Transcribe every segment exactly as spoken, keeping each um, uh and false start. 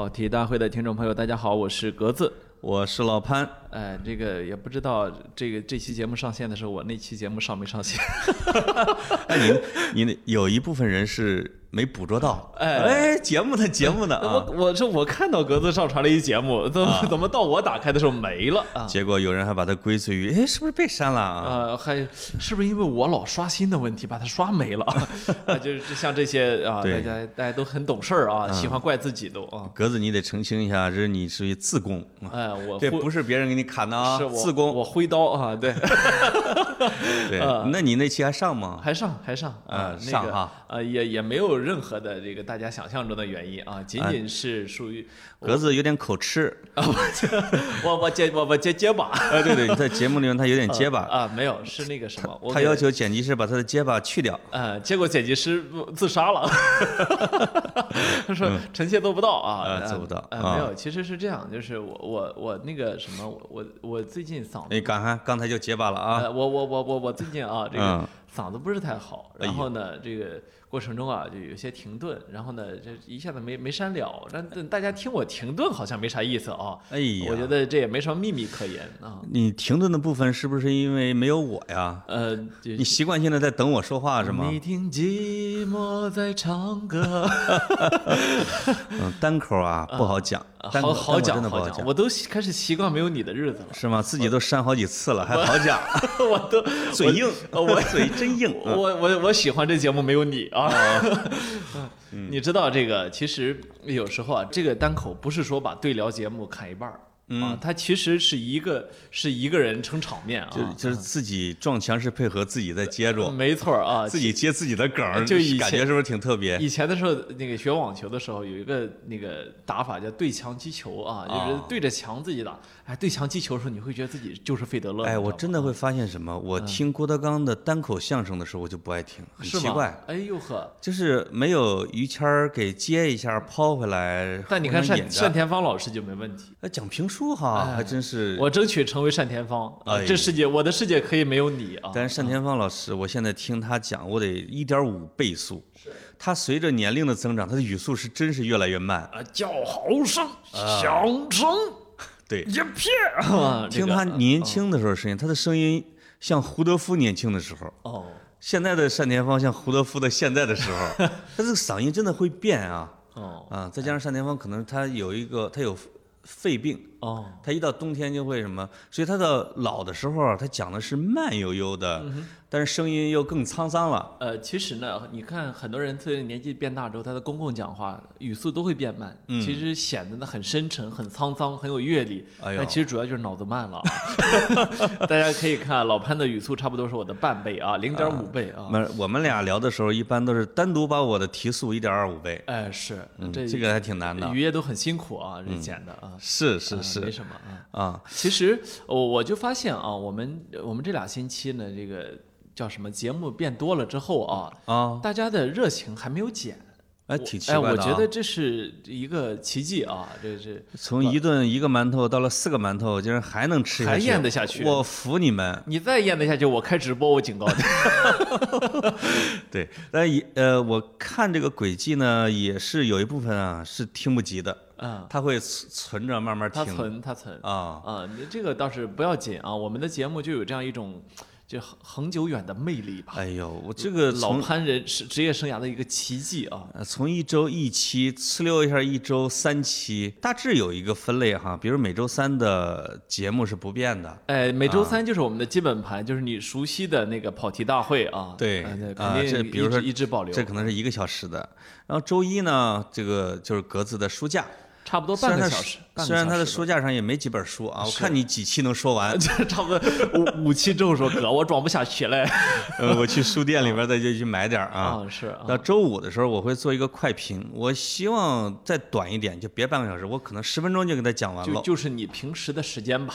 跑题大会的听众朋友，大家好，我是格子， 我是老潘。 哎，这个也不知道这个这期节目上线的时候，我那期节目上没上线？ 哎，你你有一部分人是没捕捉到，哎哎，节目的节目的啊！ 我我说我看到格子上传了一节目，怎么、啊、怎么到我打开的时候没了啊？ 结果有人还把它归罪于，哎，是不是被删了啊？ 呃，还是不是因为我老刷新的问题把它刷没了啊？就是像这些啊，大家大家都很懂事啊、嗯，喜欢怪自己都啊。 格子，你得澄清一下，这是你属于自宫。 哎，我这不是别人给你砍的啊， 是我自宫， 我挥刀啊，对。 对、呃，那你那期还上吗？ 还上，还上啊、呃， 上哈， 呃，也也没有任何的这个大家想象中的原因啊，仅仅是属于、 呃、格子有点口吃啊，我我结我我结结巴， 啊，对对，你在节目里面他有点结巴、 呃、啊，没有，是那个什么， 他, 他要求剪辑师把他的结巴去掉， 呃，结果剪辑师自杀了，他说臣妾做不到啊， 呃、做不到， 呃、啊，没有，其实是这样，就是我我我那个什么，我我我最近嗓子， 哎，刚才刚才就结巴了啊， 呃、我我我我我最近啊，这个嗓子不是太好，嗯、然后呢，这个。过程中啊，就有些停顿，然后呢，这一下子没没删了。但大家听我停顿好像没啥意思啊。 哎呀， 我觉得这也没什么秘密可言啊。 你停顿的部分是不是因为没有我呀？ 呃， 你习惯性的在等我说话是吗？ 你听寂寞在唱歌。 嗯，单口啊不好讲，单好好讲， 真的不好讲。我都开始习惯没有你的日子了。 是吗？自己都删好几次了，还好讲。 我都嘴硬， 我嘴真硬。 我我我喜欢这节目没有你啊。嗯、你知道这个，其实有时候啊，这个单口不是说把对聊节目砍一半嗯、啊，他其实是一个是一个人撑场面啊， 就就是自己撞墙是配合自己在接住， 没错啊， 自己接自己的梗， 就以前感觉是不是挺特别？ 以前的时候，那个学网球的时候有一个那个打法叫对墙击球啊，就是对着墙自己打。哎，对墙击球的时候，你会觉得自己就是费德勒。 哎，我真的会发现什么？我听郭德纲的单口相声的时候，我就不爱听，很奇怪。 哎呦呵， 就是没有于谦儿给接一下抛回来。 但你看单单田芳老师就没问题。 哎，讲评书哈， 哎、 还真是。 我争取成为单田芳，哎、这世界我的世界可以没有你啊。 但是单田芳老师，我现在听他讲，我得一点五倍速。他随着年龄的增长，他的语速是真是越来越慢啊，叫好声，响声。 对， 一片、啊、 听他年轻的时候声音，他的声音像胡德夫年轻的时候。 哦， 现在的单田芳像胡德夫的现在的时候，他这个嗓音真的会变啊。 哦， 啊，再加上单田芳可能他有一个他有肺病。 哦， 他一到冬天就会什么，所以他的老的时候啊，他讲的是慢悠悠的，嗯、但是声音又更沧桑了。 呃，其实呢，你看很多人随着年纪变大之后，他的公共讲话语速都会变慢， 嗯、 其实显得呢很深沉、很沧桑、很有阅历。 哎呦， 但其实主要就是脑子慢了。大家可以看老潘的语速差不多是我的半倍啊，零点五倍啊。 那、啊、我们俩聊的时候，一般都是单独把我的提速一点二五倍。 哎，是， 嗯、 这这个还挺难的。 鱼也都很辛苦啊，这剪的啊。 是是是， 没什么啊。 啊， 其实我我就发现啊，我们我们这俩星期呢，这个叫什么节目变多了之后啊， 啊， 大家的热情还没有减， 哎，挺奇怪的、啊。 哎，我觉得这是一个奇迹啊，这是从一顿一个馒头到了四个馒头，竟然还能吃下去， 还咽得下去， 我服你们！ 你再咽得下去，我开直播，我警告你。 对，但也呃，我看这个轨迹呢，也是有一部分啊是听不及的。 嗯， 他会存着慢慢听， 他存他存啊啊，这个倒是不要紧啊。我们的节目就有这样一种就恒久远的魅力吧。 哎呦，我这个老潘人是职业生涯的一个奇迹啊。 从一周一期，呲溜一下一周三期，大致有一个分类哈。比如每周三的节目是不变的， 哎，每周三就是我们的基本盘，啊、就是你熟悉的那个跑题大会啊。 对， 啊、 肯定这比如说一直保留， 这可能是一个小时的。然后周一呢，这个就是格子的书架。 差不多半个小时， 虽然他的书架上也没几本书啊，我看你几期能说完， 差不多五五期之后说哥，我装不下去了， 呃，我去书店里边再就去买点啊。 啊是。 到周五的时候我会做一个快评，我希望再短一点，就别半个小时，我可能十分钟就给他讲完了。 就就是你平时的时间吧，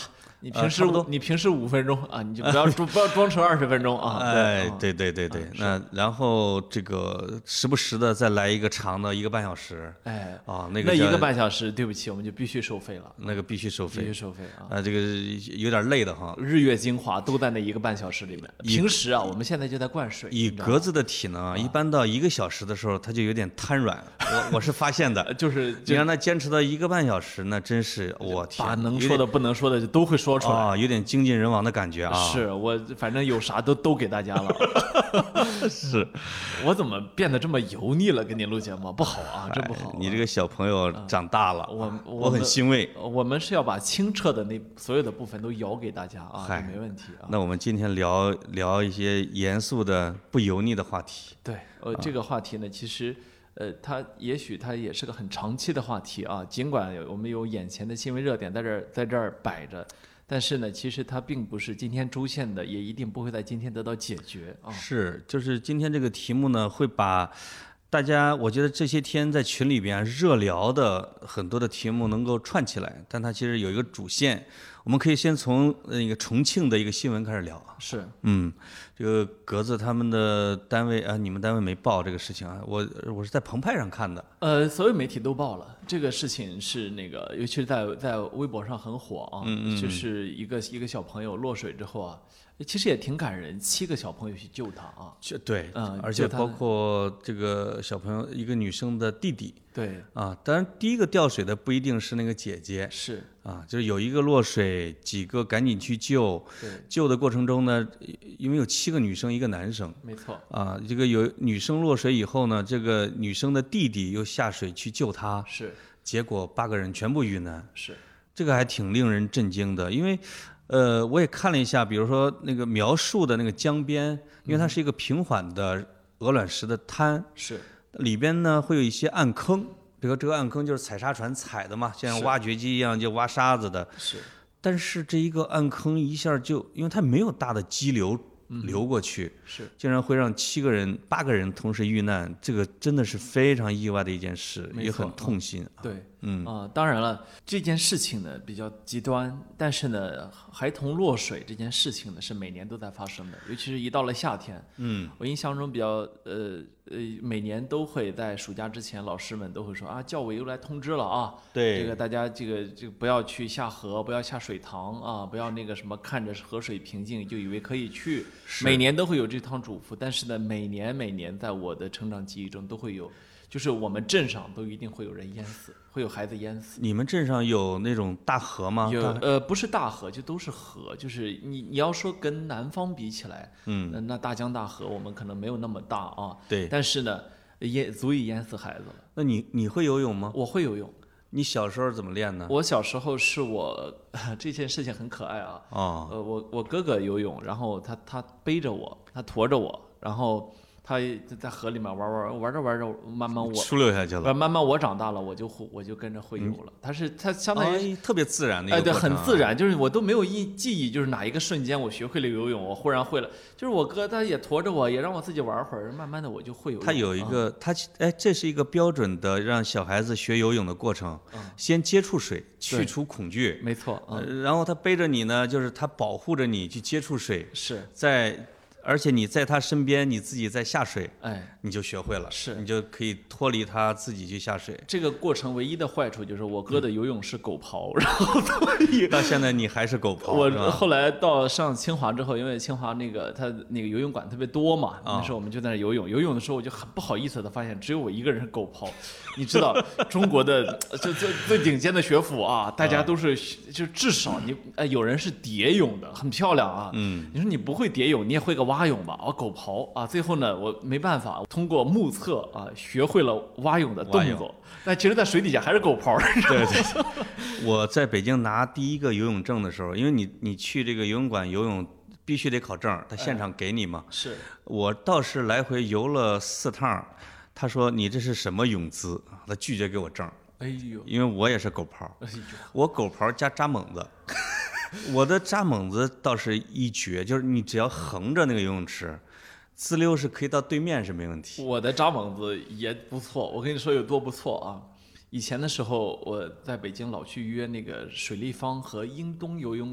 你平时、呃、你平时五分钟啊，你就不要不要装成二十分钟啊。 哎，对对对对， 啊、 那然后这个时不时的再来一个长的一个半小时。 哎， 啊，那个那一个半小时，对不起，我们就必须收费了。 那个必须收费， 必须收费啊。 啊，这个有点累的哈。 日月精华都在那一个半小时里面。平时啊，我们现在就在灌水。 以格子的体能啊，一般到一个小时的时候，它就有点瘫软。我我是发现的， 就是你让他坚持到一个半小时，那真是我天， 把能说的不能说的就都会说出来啊，有点精尽人亡的感觉啊。 是我反正有啥都都给大家了。 是， 我怎么变得这么油腻了？跟你录节目不好啊，真不好。 你这个小朋友长大了， 我我很欣慰。 我们是要把清澈的那所有的部分都摇给大家啊，没问题啊。 那我们今天聊聊一些严肃的、不油腻的话题。 对，呃，这个话题呢，其实。呃，它也许它也是个很长期的话题啊，尽管我们有眼前的新闻热点在这儿在这儿摆着，但是呢，其实它并不是今天出现的，也一定不会在今天得到解决啊。 是，就是今天这个题目呢，会把大家我觉得这些天在群里边热聊的很多的题目能够串起来，但它其实有一个主线。我们可以先从那个重庆的一个新闻开始聊啊。 是， 嗯，这个格子他们的单位啊，你们单位没报这个事情啊，我我是在澎湃上看的。 呃，所有媒体都报了这个事情，是那个，尤其是在在微博上很火啊， 嗯嗯就是一个一个小朋友落水之后啊，其实也挺感人，七个小朋友去救他啊。 对， 嗯， 而且包括这个小朋友一个女生的弟弟。 对啊，当然第一个掉水的不一定是那个姐姐， 是啊，就是有一个落水，几个赶紧去救， 对， 救的过程中呢，因为有七个女生一个男生， 没错， 啊，这个有女生落水以后呢，这个女生的弟弟又下水去救她， 是， 结果八个人全部遇难， 是， 这个还挺令人震惊的，因为。呃，我也看了一下，比如说那个描述的那个江边，因为它是一个平缓的鹅卵石的滩， 是。 里边呢会有一些暗坑，比如这个暗坑就是采砂船采的嘛，像挖掘机一样就挖沙子的。 是， 但是这一个暗坑一下就，因为它没有大的激流流过去， 嗯、是， 竟然会让七个人、八个人同时遇难，这个真的是非常意外的一件事，也很痛心。 嗯、对， 嗯啊、呃，当然了，这件事情呢比较极端，但是呢，孩童落水这件事情呢是每年都在发生的，尤其是一到了夏天。 嗯， 我印象中比较呃。呃，每年都会在暑假之前，老师们都会说啊，教委又来通知了啊， 对， 这个大家这个这个不要去下河，不要下水塘啊，不要那个什么看着河水平静就以为可以去，每年都会有这趟嘱咐。但是呢，每年每年在我的成长记忆中都会有，就是我们镇上都一定会有人淹死，会有孩子淹死。 你们镇上有那种大河吗？ 有，呃，不是大河，就都是河，就是你你要说跟南方比起来， 嗯， 那大江大河我们可能没有那么大啊， 对， 但是呢，淹足以淹死孩子了。 那你你会游泳吗？ 我会游泳。 你小时候怎么练呢？ 我小时候是我这件事情很可爱啊， 哦， 呃，我我哥哥游泳，然后他他背着我，他驮着我，然后。他在河里面玩玩玩着玩着，慢慢我出溜下去了。 慢慢我长大了，我就我就跟着会游了。他是他相当于、 哦、特别自然的一个哎，对，很自然，就是我都没有忆记忆，就是哪一个瞬间我学会了游泳，我忽然会了。就是我哥他也驮着我，也让我自己玩会儿，慢慢的我就会游泳。 他有一个，他哎，这是一个标准的让小孩子学游泳的过程。 嗯、 先接触水，去除恐惧。 没错、 嗯呃。然后他背着你呢，就是他保护着你去接触水。 是在。而且你在他身边，你自己在下水， 哎， 你就学会了， 是你就可以脱离他自己去下水。 这个过程唯一的坏处就是我哥的游泳是狗刨，嗯、然后所以到现在你还是狗刨。 我后来到上清华之后，因为清华那个他那个游泳馆特别多嘛， 哦、 那时候我们就在那游泳。游泳的时候我就很不好意思的发现，只有我一个人是狗刨。你知道中国的最最最顶尖的学府啊，大家都是就至少你哎有人是蝶泳的，很漂亮啊。 嗯， 你说你不会蝶泳，你也会个蛙泳吧？哦，狗刨啊！最后呢，我没办法，通过目测啊，学会了蛙泳的动作。但其实，在水底下还是狗刨。 对对。我在北京拿第一个游泳证的时候，因为你你去这个游泳馆游泳必须得考证，他现场给你嘛。 哎、是。 我倒是来回游了四趟，他说你这是什么泳姿？他拒绝给我证。 哎呦， 因为我也是狗刨。 哎呦， 我狗刨加扎猛子。我的扎猛子倒是一绝，就是你只要横着那个游泳池，滋溜是可以到对面是没问题。 我的扎猛子也不错，我跟你说有多不错啊！以前的时候我在北京老去约那个水立方和英东游泳馆，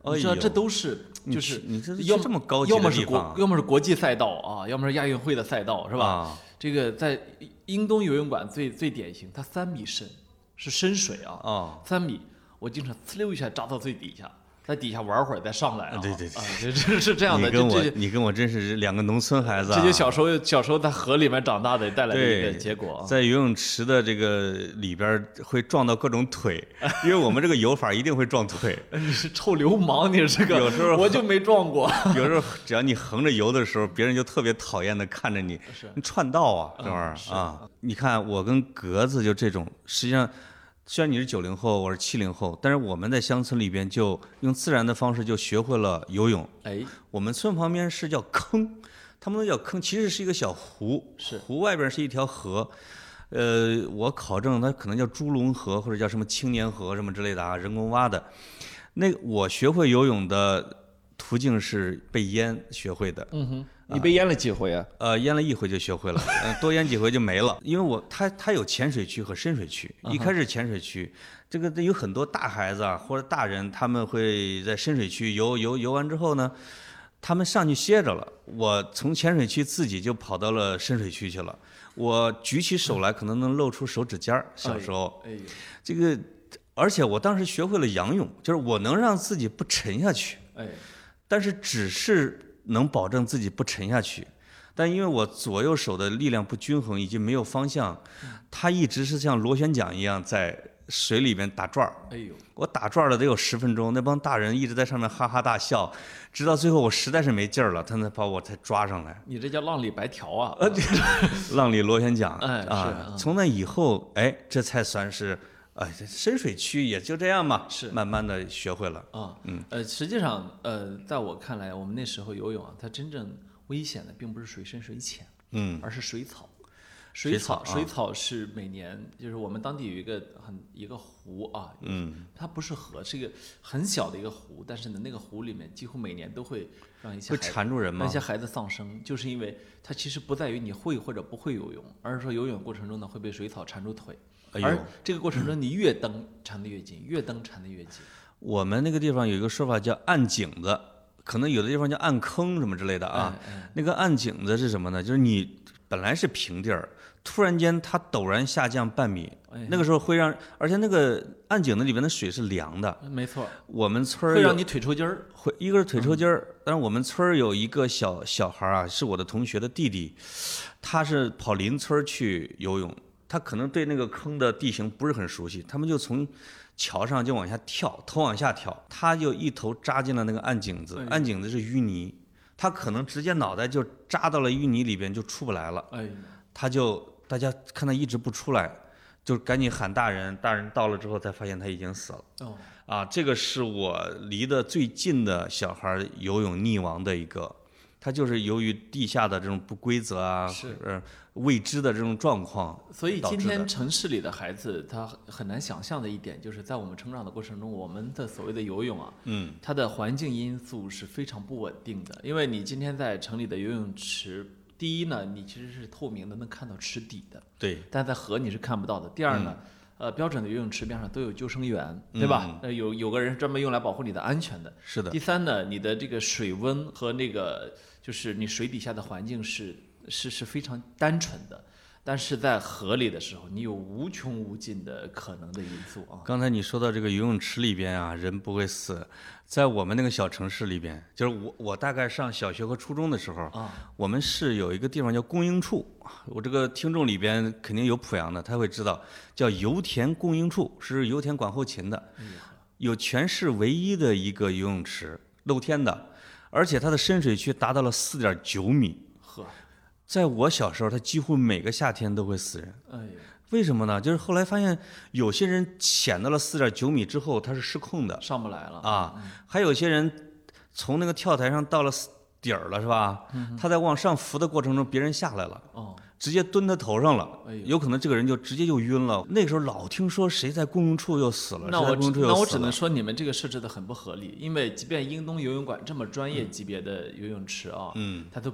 你知道这都是就是你这要这么高级要么是的地方国，要么是国际赛道啊，要么是亚运会的赛道，是吧？ 啊、 这个在英东游泳馆最最典型，它三米深，是深水啊， 哦三米，我经常呲溜一下扎到最底下。在底下玩会儿再上来啊！ 对对对， 啊，这这是这样的。 你跟我这你跟我真是两个农村孩子啊！ 这就小时候小时候在河里面长大的带来的一个对结果啊。 在游泳池的这个里边会撞到各种腿，因为我们这个游法一定会撞腿。 你是臭流氓，你这个有时候我就没撞过。 有时候只要你横着游的时候，别人就特别讨厌的看着你，你串道啊，这玩意儿啊！你看我跟格子就这种，实际上。虽然你是九零后，我是七零后，但是我们在乡村里边就用自然的方式就学会了游泳。 哎， 我们村旁边是叫坑，他们都叫坑，其实是一个小湖， 是湖外边是一条河。呃，我考证它可能叫猪笼河或者叫什么青年河什么之类的啊，人工挖的。那我学会游泳的途径是被淹学会的。 嗯哼。你被淹了几回啊？ 呃，淹了一回就学会了，呃、多淹几回就没了。因为我它它有浅水区和深水区，一开始浅水区，这个有很多大孩子啊或者大人，他们会在深水区游游游完之后呢，他们上去歇着了。我从浅水区自己就跑到了深水区去了。我举起手来，可能能露出手指尖儿。小时候， 哎， 这个，而且我当时学会了仰泳，就是我能让自己不沉下去。 哎， 但是只是。能保证自己不沉下去，但因为我左右手的力量不均衡以及没有方向，它一直是像螺旋桨一样在水里面打转儿。 哎呦， 我打转了得有十分钟，那帮大人一直在上面哈哈大笑，直到最后我实在是没劲儿了，他才把我才抓上来。 你这叫浪里白条啊！ 呃，浪里螺旋桨。 哎， 啊， 是。 从那以后，哎，这才算是。哎，深水区也就这样嘛， 是慢慢的学会了啊，嗯，呃，实际上，呃，在我看来，我们那时候游泳啊，它真正危险的并不是水深水浅， 嗯， 而是水草。水草，水草是每年，就是我们当地有一个很一个湖啊， 嗯， 它不是河，是一个很小的一个湖，但是呢，那个湖里面几乎每年都会让一些会缠住人吗？ 让一些孩子丧生，就是因为它其实不在于你会或者不会游泳，而是说游泳过程中呢会被水草缠住腿。而这个过程中，你越蹬缠得越紧，越蹬缠得越紧。 我们那个地方有一个说法叫按井子，可能有的地方叫按坑什么之类的啊。 哎哎、 那个按井子是什么呢？就是你本来是平地儿，突然间它陡然下降半米， 哎、 那个时候会让，而且那个按井子里面的水是凉的。 没错。 我们村儿会让你腿抽筋儿。 会，一个是腿抽筋儿，嗯、但是我们村儿有一个小小孩啊，是我的同学的弟弟，他是跑邻村去游泳。他可能对那个坑的地形不是很熟悉，他们就从桥上就往下跳，头往下跳，他就一头扎进了那个暗井子，暗井子是淤泥，他可能直接脑袋就扎到了淤泥里边就出不来了， 哎， 他就大家看他一直不出来，就赶紧喊大人，大人到了之后才发现他已经死了。 哦， 啊，这个是我离得最近的小孩游泳溺亡的一个。它就是由于地下的这种不规则啊， 是呃未知的这种状况， 所以今天城市里的孩子他很难想象的一点，就是在我们成长的过程中，我们的所谓的游泳啊， 嗯， 它的环境因素是非常不稳定的。因为你今天在城里的游泳池，第一呢，你其实是透明的，能看到池底的， 对， 但在河你是看不到的。第二呢，嗯、呃，标准的游泳池边上都有救生员，对吧？ 嗯、 呃，有有个人专门用来保护你的安全的。 是的。 第三呢，你的这个水温和那个就是你水底下的环境是是是非常单纯的，但是在河里的时候，你有无穷无尽的可能的因素啊。 刚才你说到这个游泳池里边啊，人不会死，在我们那个小城市里边，就是我我大概上小学和初中的时候啊， 我们是有一个地方叫供应处，我这个听众里边肯定有濮阳的，他会知道，叫油田供应处，是油田管后勤的，有全市唯一的一个游泳池，露天的。而且它的深水区达到了四点九米， 呵， 在我小时候，它几乎每个夏天都会死人。 哎呀， 为什么呢？就是后来发现有些人潜到了四点九米之后，他是失控的， 上不来了啊。嗯、还有些人从那个跳台上到了底儿了，是吧？嗯、他在往上浮的过程中，别人下来了， 哦， 直接蹲他头上了， 哎、 有可能这个人就直接就晕了。那个时候老听说谁在公用处又死了， 那我谁在那我只能说你们这个设置的很不合理，因为即便英东游泳馆这么专业级别的游泳池啊， 嗯， 它都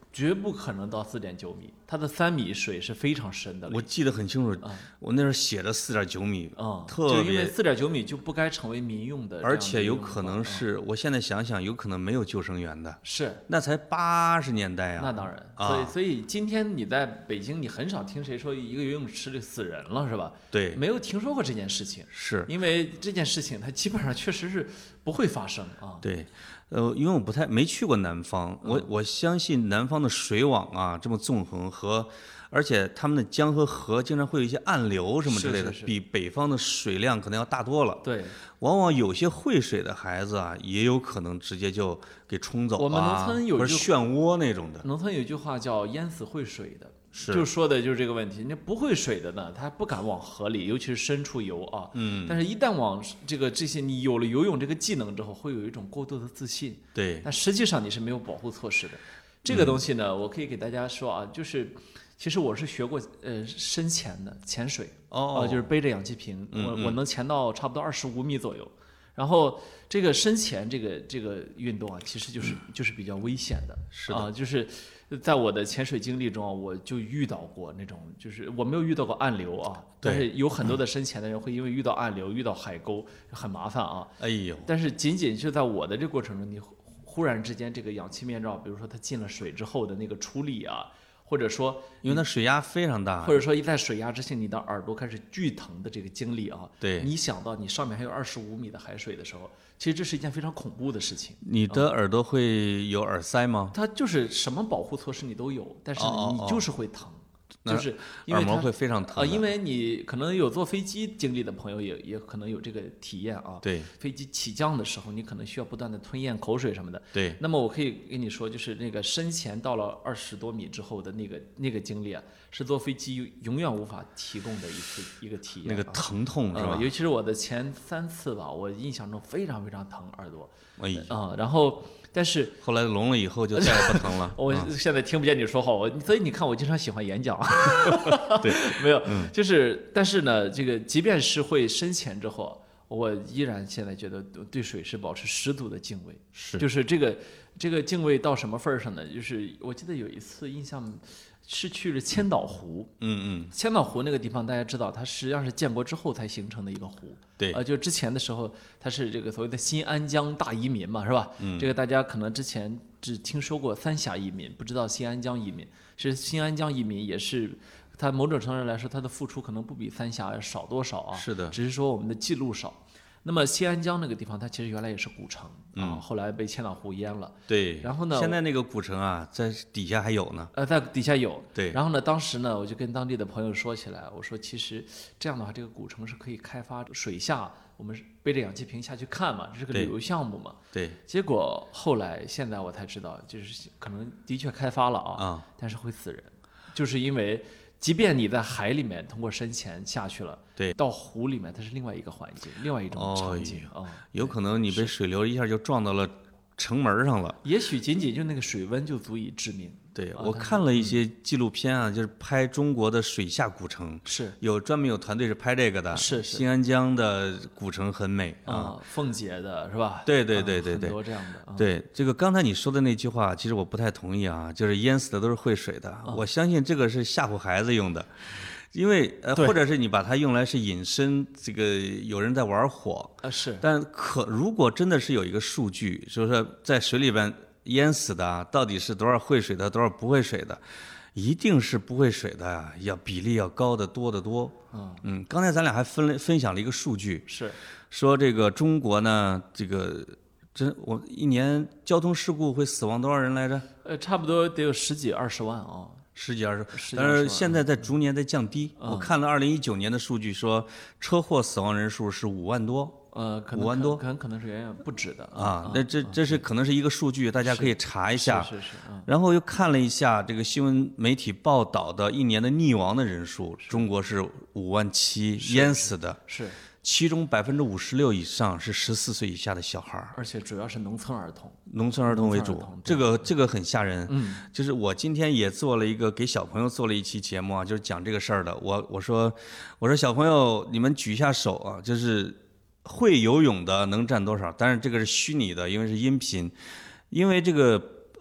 绝不可能到四点九米，它的三米水是非常深的了。 我记得很清楚， 嗯我那时候写的四点九米， 嗯， 特就因为别， 四点九米就不该成为民用的这样的而一个用法， 且有可能嗯是，我现在想想，有可能没有救生员的， 是。 那才八十年代啊。 那当然， 啊所以所以今天你在北京，你很少听谁说一个游泳池里死人了，是吧？ 对， 没有听说过这件事情， 是， 因为这件事情它基本上确实是不会发生啊。 对，呃，因为我不太没去过南方， 嗯我我相信南方的水网啊这么纵横和，而且他们的江和河经常会有一些暗流什么之类的， 是是是比北方的水量可能要大多了。 对， 往往有些会水的孩子啊，也有可能直接就给冲走啊， 我们农村有或者句漩涡那种的。 农村有句话叫“淹死会水的”， 是就说的就是这个问题。那不会水的呢，他不敢往河里，尤其是深处游啊。 嗯， 但是，一旦往这个这些，你有了游泳这个技能之后，会有一种过度的自信。 对， 但实际上你是没有保护措施的。这个东西呢，我可以给大家说啊，就是其实我是学过呃深潜的潜水， 哦， 呃就是背着氧气瓶， 嗯嗯我我能潜到差不多二十五米左右。然后这个深潜这个这个运动啊，其实就是就是比较危险的， 是的啊，就是在我的潜水经历中啊，我就遇到过那种，就是我没有遇到过暗流啊，但是有很多的深潜的人会因为遇到暗流、遇到海沟很麻烦啊。 哎呦， 但是仅仅就在我的这个过程中，你忽然之间这个氧气面罩，比如说它进了水之后的那个出力啊，或者说因为它水压非常大， 或者说一在水压之下，你的耳朵开始剧疼的这个经历啊， 对， 你想到你上面还有二十五米的海水的时候，其实这是一件非常恐怖的事情。 你的耳朵会有耳塞吗？ 它就是什么保护措施你都有，但是哦哦哦你就是会疼。 那就是因为它耳膜会非常疼啊、 的因为你可能有坐飞机经历的朋友也也可能有这个体验啊。 对飞机起降的时候，你可能需要不断的吞咽口水什么的。 对， 那么我可以跟你说，就是那个深潜到了二十多米之后的那个那个经历啊，是坐飞机永远无法提供的一次一个体验、啊。 那个疼痛是吧？ 呃尤其是我的前三次吧，我印象中非常非常疼耳朵。 哎呀， 啊、然后但是。 后来聋了以后就再也不疼了。 我嗯现在听不见你说话，我所以你看，我经常喜欢演讲。 对， 没有，就是但是呢，这个即便是会深潜之后，我依然现在觉得对水是保持十足的敬畏。 是， 就是这个这个敬畏到什么份儿上呢？就是我记得有一次印象是去了千岛湖。 嗯嗯， 千岛湖那个地方，大家知道，它实际上是建国之后才形成的一个湖。 对， 呃，就之前的时候，它是这个所谓的新安江大移民嘛，是吧？ 嗯， 这个大家可能之前只听说过三峡移民，不知道新安江移民。是新安江移民也是，它某种程度上来说，它的付出可能不比三峡要少多少啊。 是的， 只是说我们的记录少。那么新安江那个地方，它其实原来也是古城啊，后来被千岛湖淹了。 对， 然后呢， 现在那个古城啊，在底下还有呢。 呃，在底下有。 对。 然后呢，当时呢，我就跟当地的朋友说起来，我说其实这样的话，这个古城是可以开发水下，我们背着氧气瓶下去看嘛，这是个旅游项目嘛。 对。 结果后来现在我才知道，就是可能的确开发了啊， 啊， 但是会死人，就是因为。即便你在海里面通过深潜下去了， 对， 到湖里面它是另外一个环境，另外一种场景啊、哦， 有可能你被水流一下就撞到了城门上了， 也许仅仅就那个水温就足以致命。 对， 啊、 我看了一些纪录片啊，就是拍中国的水下古城， 是有专门有团队是拍这个的， 是是新安江的古城很美啊， 凤姐的是吧？ 对对对对对， 很多这样的。 对，这个刚才你说的那句话，其实我不太同意啊，就是淹死的都是会水的，我相信这个是吓唬孩子用的。因为呃，或者是你把它用来是引申，这个有人在玩火啊是， 但可如果真的是有一个数据，就是说在水里边淹死的到底是多少会水的，多少不会水的，一定是不会水的呀，要比例要高得多得多。 嗯嗯，刚才咱俩还分了分享了一个数据， 是说这个中国呢，这个真我一年交通事故会死亡多少人来着？ 呃，差不多得有十几二十万啊。 十几二十， 十但是现在在逐年在降低。 嗯、 我看了二零一九年的数据说，车祸死亡人数是五万多， 呃，可能五万多， 可能可能是远远不止的啊。那这这是可能是一个数据，大家可以查一下。 是是是。嗯、 然后又看了一下这个新闻媒体报道的一年的溺亡的人数，中国是五万七，淹死的是。 其中百分之五十六以上是十四岁以下的小孩儿， 而且主要是农村儿童， 农村儿童为主，这个这个很吓人。 嗯， 就是我今天也做了一个给小朋友做了一期节目啊，就是讲这个事儿的。我我说我说小朋友，你们举一下手啊，就是会游泳的能占多少？当然这个是虚拟的，因为是音频，因为这个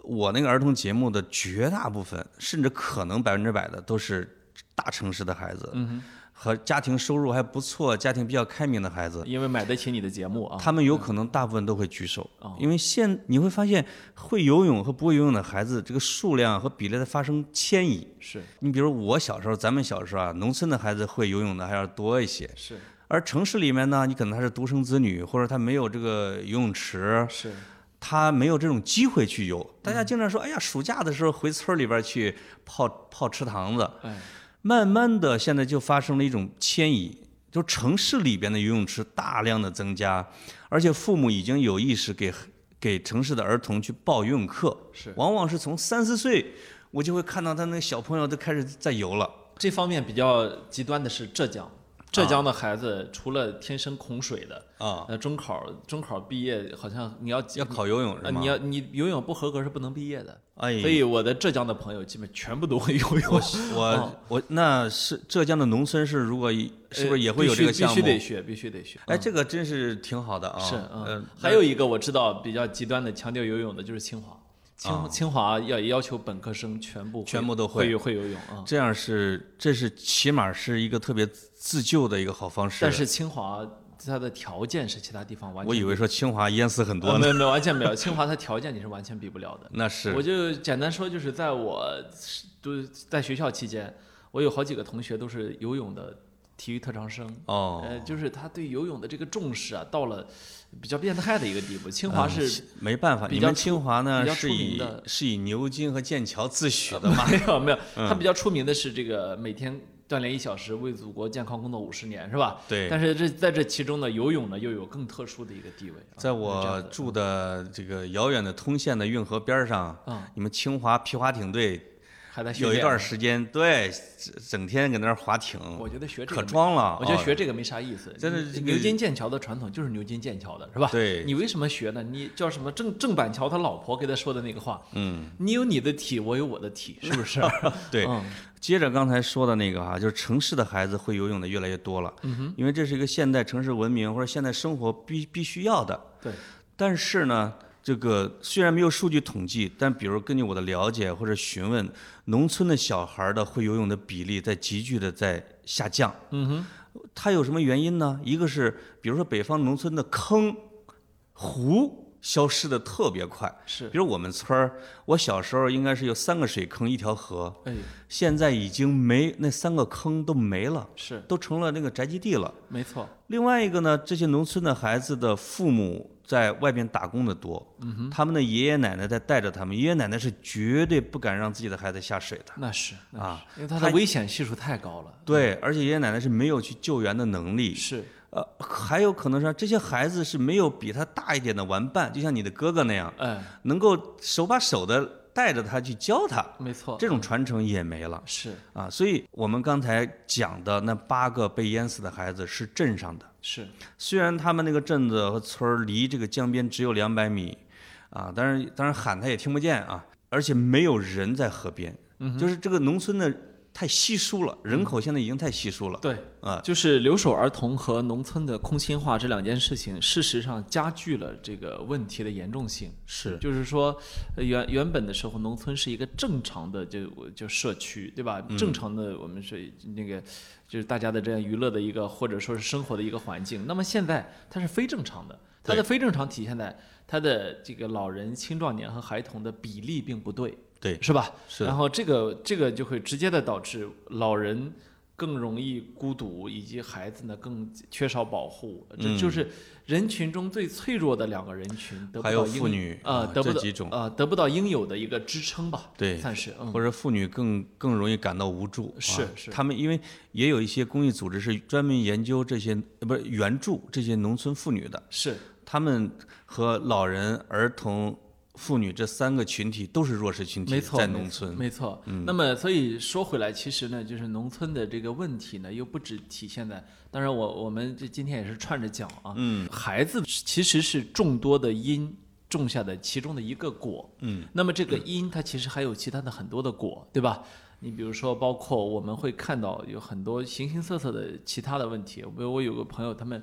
我那个儿童节目的绝大部分，甚至可能百分之百的都是大城市的孩子， 嗯和家庭收入还不错、家庭比较开明的孩子， 因为买得起你的节目啊， 他们有可能大部分都会举手， 嗯、 因为现你会发现会游泳和不会游泳的孩子，这个数量和比例在发生迁移。 是你比如我小时候，咱们小时候啊，农村的孩子会游泳的还要多一些， 是， 而城市里面呢，你可能他是独生子女，或者他没有这个游泳池， 是。 他没有这种机会去游。大家经常说，哎呀，暑假的时候回村里边去泡泡池塘子。 哎， 慢慢的，现在就发生了一种迁移，就城市里边的游泳池大量的增加，而且父母已经有意识给给城市的儿童去报游泳课， 是， 往往是从三四岁，我就会看到他那个小朋友都开始在游了。 这方面比较极端的是浙江。浙江的孩子除了天生恐水的啊， 呃，中考中考毕业好像你要要考游泳是吗？ 你要你游泳不合格是不能毕业的。 哎， 所以我的浙江的朋友基本全部都会游泳。 我我、哦、我那是浙江的农村是如果是不是也会有这个项目？ 必须得学，必须得学。 哎，这个真是挺好的啊。 是嗯、 呃，还有一个我知道比较极端的强调游泳的就是清华。清清华要要求本科生全部全部都会会游泳啊， 这样是这是起码是一个特别自救的一个好方式。 但是清华它的条件是其他地方完全， 我以为说清华淹死很多呢， 没有没有完全没有，清华它条件你是完全比不了的。 那是， 我就简单说，就是在我都在学校期间，我有好几个同学都是游泳的体育特长生。 哦， 呃，就是他对游泳的这个重视啊，到了比较变态的一个地步。清华是、 嗯、没办法，你们清华呢是以是以牛津和剑桥自诩的吗？ 没有没有，他比较出名的是这个每天锻炼一小时，为祖国健康工作五十年，是吧？ 对。 但是这在这其中呢，游泳呢又有更特殊的一个地位。 在我住的这个遥远的通县的运河边上， 嗯， 你们清华皮划艇队。 还在有一段时间，对，整天搁那儿划艇， 我觉得学这个可装了。 我觉得学这个没啥意思。 真的， 牛津剑桥的传统就是牛津剑桥的，是吧？ 对。 你为什么学呢？你叫什么郑郑板桥他老婆给他说的那个话， 嗯， 你有你的体，我有我的体，是不是？ 对。 嗯、 接着刚才说的那个哈、啊，就是城市的孩子会游泳的越来越多了， 嗯哼， 因为这是一个现代城市文明或者现代生活必必须要的。 对。 但是呢。这个虽然没有数据统计，但比如根据我的了解或者询问，农村的小孩的会游泳的比例在急剧的在下降。 嗯哼， 它有什么原因呢？一个是比如说北方农村的坑、湖消失的特别快。 是， 比如我们村儿，我小时候应该是有三个水坑一条河， 哎， 现在已经没那三个坑都没了， 是， 都成了那个宅基地了。 没错。 另外一个呢，这些农村的孩子的父母在外边打工的多， 嗯哼， 他们的爷爷奶奶在带着他们，爷爷奶奶是绝对不敢让自己的孩子下水的。 那是，那是啊， 因为他的危险系数太高了。 对，而且爷爷奶奶是没有去救援的能力。 是， 呃，还有可能是这些孩子是没有比他大一点的玩伴，就像你的哥哥那样， 哎， 能够手把手的带着他去教他。 没错， 这种传承也没了。 是啊，所以我们刚才讲的那八个被淹死的孩子是镇上的。 是， 虽然他们那个镇子和村儿离这个江边只有两百米，啊，当然当然喊他也听不见啊，而且没有人在河边， 嗯， 就是这个农村的太稀疏了，人口现在已经太稀疏了。 对， 啊， 就是留守儿童和农村的空心化这两件事情，事实上加剧了这个问题的严重性。 是， 就是说，原原本的时候，农村是一个正常的就就社区，对吧？ 嗯、 正常的我们是那个。就是大家的这样娱乐的一个，或者说是生活的一个环境。那么现在它是非正常的，它的非正常体现在它的这个老人、青壮年和孩童的比例并不对， 对， 是吧？ 是。 然后这个这个就会直接的导致老人更容易孤独，以及孩子呢更缺少保护。这就是人群中最脆弱的两个人群，得不到还有妇女啊、呃，得不到这几种啊、呃，得不到应有的一个支撑吧？ 对， 算是，嗯、 或者妇女更更容易感到无助。 是是， 他们因为也有一些公益组织是专门研究这些，呃，不是援助这些农村妇女的。 是， 他们和老人、儿童、妇女这三个群体都是弱势群体， 没错， 在农村， 没错。 嗯、 那么，所以说回来，其实呢，就是农村的这个问题呢，又不只体现在，当然我我们这今天也是串着讲啊， 嗯， 孩子其实是众多的因种下的其中的一个果， 嗯， 那么这个因它其实还有其他的很多的果，对吧？你比如说，包括我们会看到有很多形形色色的其他的问题。比如我有个朋友，他们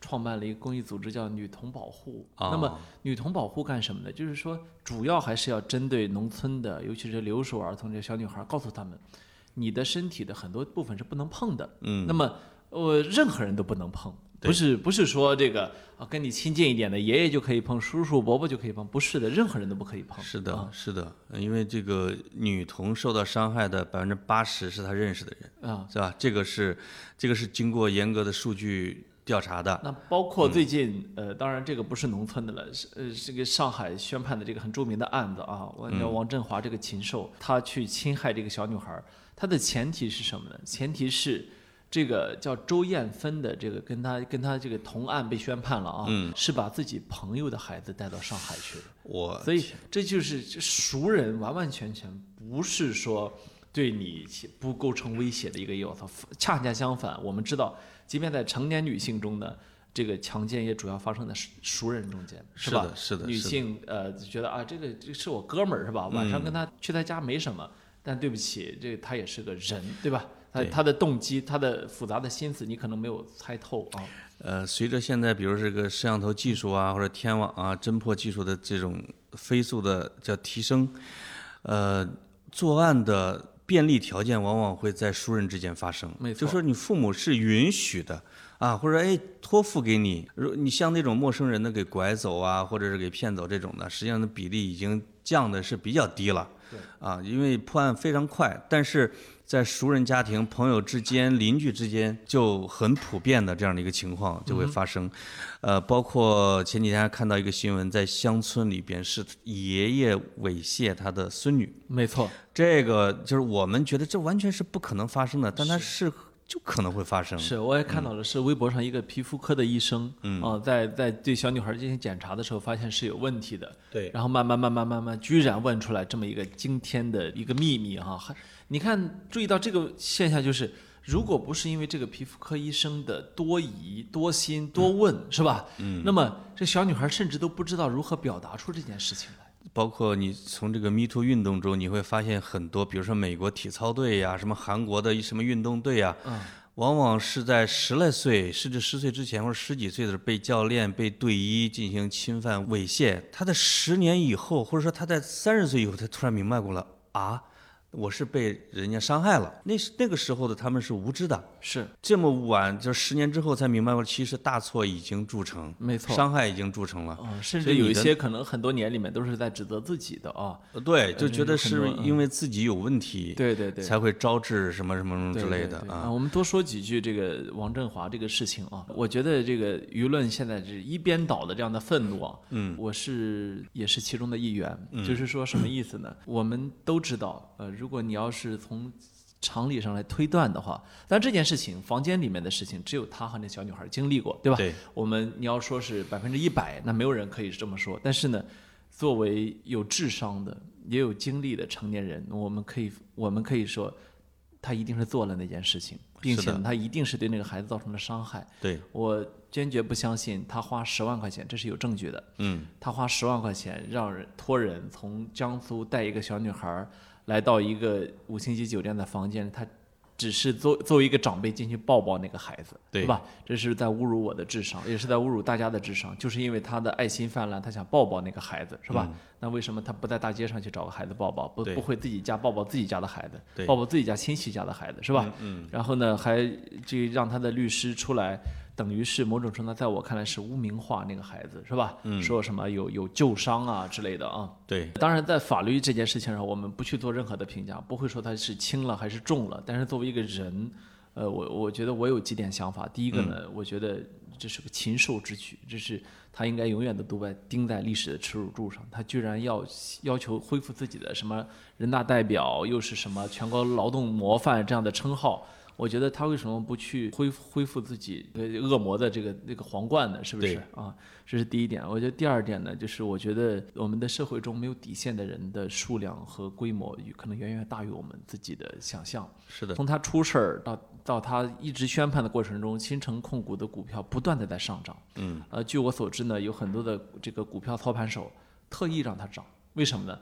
创办了一个公益组织叫女童保护。 哦、 那么女童保护干什么呢？就是说主要还是要针对农村的，尤其是留守儿童这些小女孩，告诉他们，你的身体的很多部分是不能碰的。 嗯， 那么呃，任何人都不能碰。不是不是说这个啊，跟你亲近一点的爷爷就可以碰，叔叔伯伯就可以碰，不是的，任何人都不可以碰。 是的， 啊、 是的，因为这个女童受到伤害的百分之八十是她认识的人啊， 是吧？这个是这个是经过严格的数据调查的。 那包括最近、嗯、呃，当然这个不是农村的了，是呃这个上海宣判的这个很著名的案子啊，按照王振华这个禽兽，他去侵害这个小女孩，他的前提是什么呢？前提是。这个叫周艳芬的这个跟他跟他这个同案被宣判了啊，嗯、是把自己朋友的孩子带到上海去的。 我所以这就是熟人，完完全全不是说对你不构成威胁的一个要素。恰恰相反，我们知道，即便在成年女性中呢，这个强奸也主要发生在熟人中间，是吧？ 是的，是的。 女性呃觉得啊，这个这个是我哥们儿是吧？晚上跟他去他家没什么，嗯、但对不起，这他也是个人，对吧？他他的动机，他的复杂的心思，你可能没有猜透啊。 呃，随着现在比如这个摄像头技术啊，或者天网啊、侦破技术的这种飞速的叫提升，呃，作案的便利条件往往会在熟人之间发生。 没错， 就说你父母是允许的啊，或者哎托付给你，如你像那种陌生人的给拐走啊，或者是给骗走这种的，实际上的比例已经降的是比较低了。 对啊，因为破案非常快，但是在熟人家庭、朋友之间、邻居之间就很普遍的这样的一个情况就会发生。嗯、呃，包括前几天还看到一个新闻，在乡村里边是爷爷猥亵他的孙女。 没错， 这个就是我们觉得这完全是不可能发生的，但它是。就可能会发生。 是，我也看到了，是微博上一个皮肤科的医生，嗯，啊、呃，在在对小女孩进行检查的时候，发现是有问题的， 对， 然后慢慢慢慢慢慢，居然问出来这么一个惊天的一个秘密哈、啊！你看，注意到这个现象，就是如果不是因为这个皮肤科医生的多疑、多心、多问，嗯、是吧？嗯，那么这小女孩甚至都不知道如何表达出这件事情来。 包括你从这个 Me Too 运动中，你会发现很多，比如说美国体操队呀，什么韩国的什么运动队呀，嗯，往往是在十来岁甚至十岁之前或者十几岁的时候被教练、被队医进行侵犯、猥亵，他在十年以后，或者说他在三十岁以后，他突然明白过了啊。我是被人家伤害了，那那个时候的他们是无知的， 是这么晚，就十年之后才明白过，其实大错已经铸成， 没错， 伤害已经铸成了， 嗯、甚至有一些可能很多年里面都是在指责自己的啊， 对，就觉得是因为自己有问题， 嗯、对对对， 才会招致什么什么什么之类的对对对啊。 我们多说几句这个王振华这个事情啊，我觉得这个舆论现在是一边倒的这样的愤怒啊，嗯，我是也是其中的一员，嗯、就是说什么意思呢？我们都知道，呃，如果你要是从常理上来推断的话，但这件事情房间里面的事情，只有他和那小女孩经历过，对吧？ 对。 我们你要说是百分之一百，那没有人可以这么说。但是呢，作为有智商的、也有经历的成年人，我们可以我们可以说，他一定是做了那件事情，并且他一定是对那个孩子造成了伤害。 对。 我坚决不相信他花十万块钱，这是有证据的。嗯。他花十万块钱让人托人从江苏带一个小女孩来到一个五星级酒店的房间，他只是作作为一个长辈进去抱抱那个孩子， 对, 对吧？这是在侮辱我的智商，也是在侮辱大家的智商。就是因为他的爱心泛滥，他想抱抱那个孩子，是吧？嗯、那为什么他不在大街上去找个孩子抱抱，不不会自己家抱抱自己家的孩子，抱抱自己家亲戚家的孩子，是吧？嗯嗯、然后呢，还这让他的律师出来。等于是某种程度，在我看来是污名化那个孩子，是吧？嗯，说什么有有旧伤啊之类的啊。 对， 当然在法律这件事情上，我们不去做任何的评价，不会说他是轻了还是重了。但是作为一个人，呃，我我觉得我有几点想法。第一个呢，嗯、我觉得这是个禽兽之举，这是他应该永远的都被钉在历史的耻辱柱上。他居然要要求恢复自己的什么人大代表，又是什么全国劳动模范这样的称号。我觉得他为什么不去恢复恢复自己恶魔的这个那个皇冠呢？是不是啊？这是第一点。我觉得第二点呢，就是我觉得我们的社会中没有底线的人的数量和规模，可能远远大于我们自己的想象。 是的。 从他出事儿到到他一直宣判的过程中，新城控股的股票不断的在上涨。嗯。呃，据我所知呢，有很多的这个股票操盘手特意让它涨，为什么呢？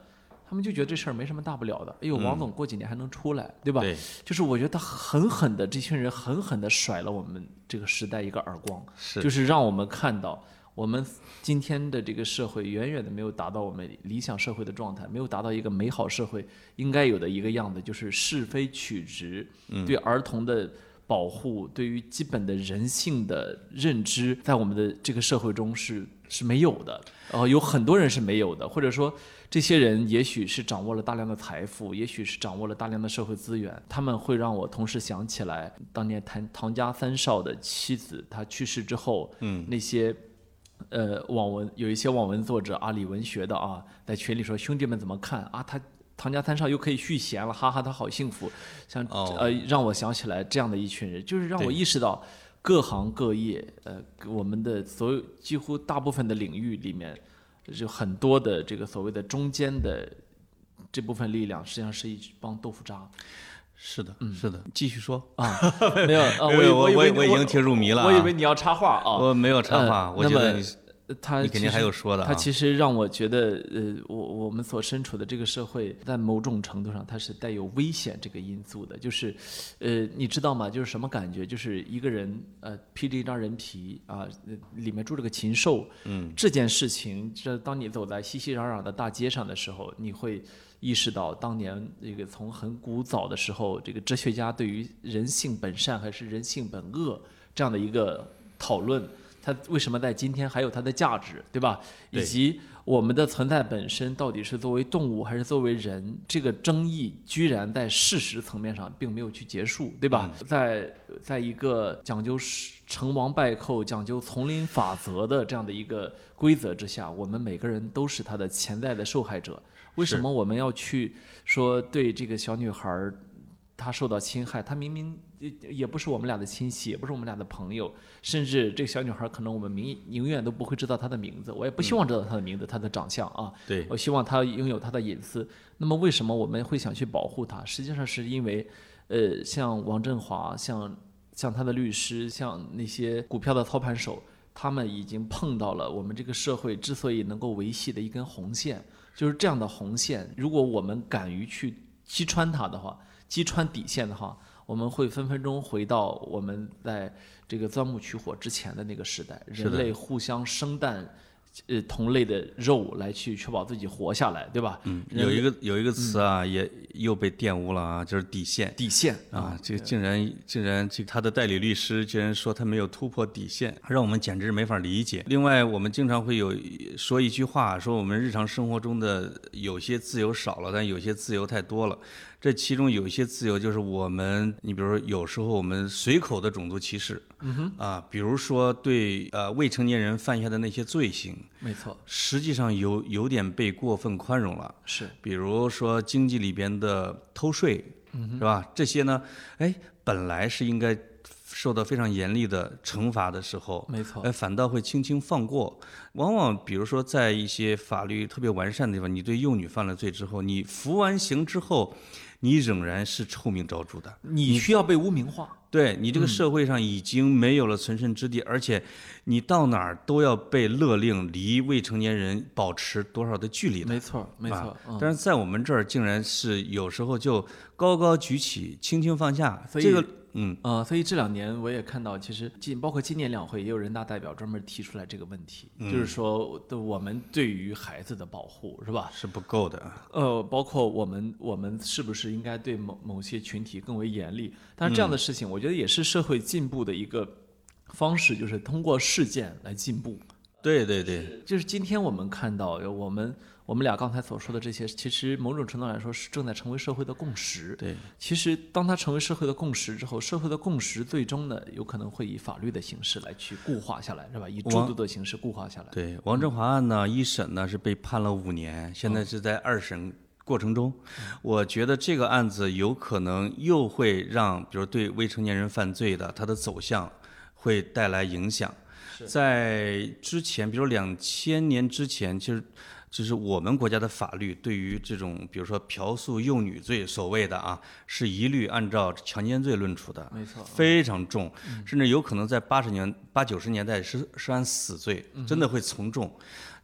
他们就觉得这事儿没什么大不了的。哎呦，王总过几年还能出来，对吧？ 对， 就是我觉得他狠狠的，这群人狠狠的甩了我们这个时代一个耳光， 是， 就是让我们看到我们今天的这个社会远远的没有达到我们理想社会的状态，没有达到一个美好社会应该有的一个样子，就是是非曲直，对儿童的保护，对于基本的人性的认知，在我们的这个社会中是是没有的。呃，有很多人是没有的，或者说这些人也许是掌握了大量的财富，也许是掌握了大量的社会资源，他们会让我同时想起来当年唐唐家三少的妻子，他去世之后，嗯，那些。呃，网文有一些网文作者阿里文学的啊，在群里说兄弟们怎么看啊？他唐家三少又可以续弦了，哈哈，他好幸福。像、oh. 呃，让我想起来这样的一群人，就是让我意识到各行各业，呃，我们的所有几乎大部分的领域里面，就很多的这个所谓的中间的这部分力量，实际上是一帮豆腐渣。 是的，嗯，是的，继续说啊，没有啊，我我我我已经听入迷了、啊， 我以为你要插话啊， 我没有插话， 呃、 我觉得你他你肯定还有说的、啊。 他其实让我觉得，呃，我我们所身处的这个社会，在某种程度上，它是带有危险这个因素的。就是，呃，你知道吗？就是什么感觉？就是一个人，呃，披着一张人皮啊，里面住着个禽兽。嗯，这件事情，这当你走在熙熙攘攘的大街上的时候，你会。意识到当年这个从很古早的时候，这个哲学家对于人性本善还是人性本恶这样的一个讨论，它为什么在今天还有它的价值，对吧？以及我们的存在本身到底是作为动物还是作为人，这个争议居然在事实层面上并没有去结束，对吧？嗯、在在一个讲究成王败寇、讲究丛林法则的这样的一个规则之下，我们每个人都是他的潜在的受害者。为什么我们要去说对这个小女孩她受到侵害？她明明也不是我们俩的亲戚，也不是我们俩的朋友，甚至这个小女孩可能我们明永远都不会知道她的名字，我也不希望知道她的名字、嗯、她的长相啊。 对， 我希望她拥有她的隐私。那么为什么我们会想去保护她？实际上是因为，呃，像王振华，像像他的律师，像那些股票的操盘手，他们已经碰到了我们这个社会之所以能够维系的一根红线。就是这样的红线，如果我们敢于去击穿它的话，击穿底线的话，我们会分分钟回到我们在这个钻木取火之前的那个时代，人类互相生蛋，呃，同类的肉来去确保自己活下来，对吧？ 嗯，有一个有一个词啊，嗯、也又被玷污了啊，就是底线。 底线啊，这竟然竟然这他的代理律师竟然说他没有突破底线，让我们简直没法理解。另外，我们经常会有说一句话，说我们日常生活中的有些自由少了，但有些自由太多了。这其中有一些自由就是我们，你比如说有时候我们随口的种族歧视， 嗯哼， 啊，比如说对呃未成年人犯下的那些罪行， 没错， 实际上有有点被过分宽容了， 是， 比如说经济里边的偷税， 嗯、 是吧？这些呢，哎，本来是应该受到非常严厉的惩罚的时候， 没错， 哎，反倒会轻轻放过。往往比如说在一些法律特别完善的地方，你对幼女犯了罪之后，你服完刑之后，你仍然是臭名昭著的， 你需要被污名化。 对，你这个社会上已经没有了存身之地，嗯、而且你到哪儿都要被勒令离未成年人保持多少的距离的。 没错，没错。 啊嗯、 但是在我们这儿，竟然是有时候就高高举起，轻轻放下。 所以这个，嗯， 呃，所以这两年我也看到，其实今包括今年两会也有人大代表专门提出来这个问题， 嗯、 就是说，我们对于孩子的保护是吧？ 是不够的。 呃，包括我们我们是不是应该对某某些群体更为严厉？但是这样的事情，我觉得也是社会进步的一个方式，就是通过事件来进步。 对对对， 就是今天我们看到，我们我们俩刚才所说的这些，其实某种程度来说是正在成为社会的共识。 对， 其实当它成为社会的共识之后，社会的共识最终呢，有可能会以法律的形式来去固化下来，是吧？以诸多的形式固化下来。 对，王振华案呢，一审呢是被判了五年，现在是在二审过程中。我觉得这个案子有可能又会让，比如对未成年人犯罪的，它的走向会带来影响。在之前，比如两千年之前，其实就是我们国家的法律对于这种，比如说嫖宿幼女罪，所谓的啊，是一律按照强奸罪论处的， 没错， 非常重，甚至有可能在八十年、八九十年代是是按死罪，真的会从重。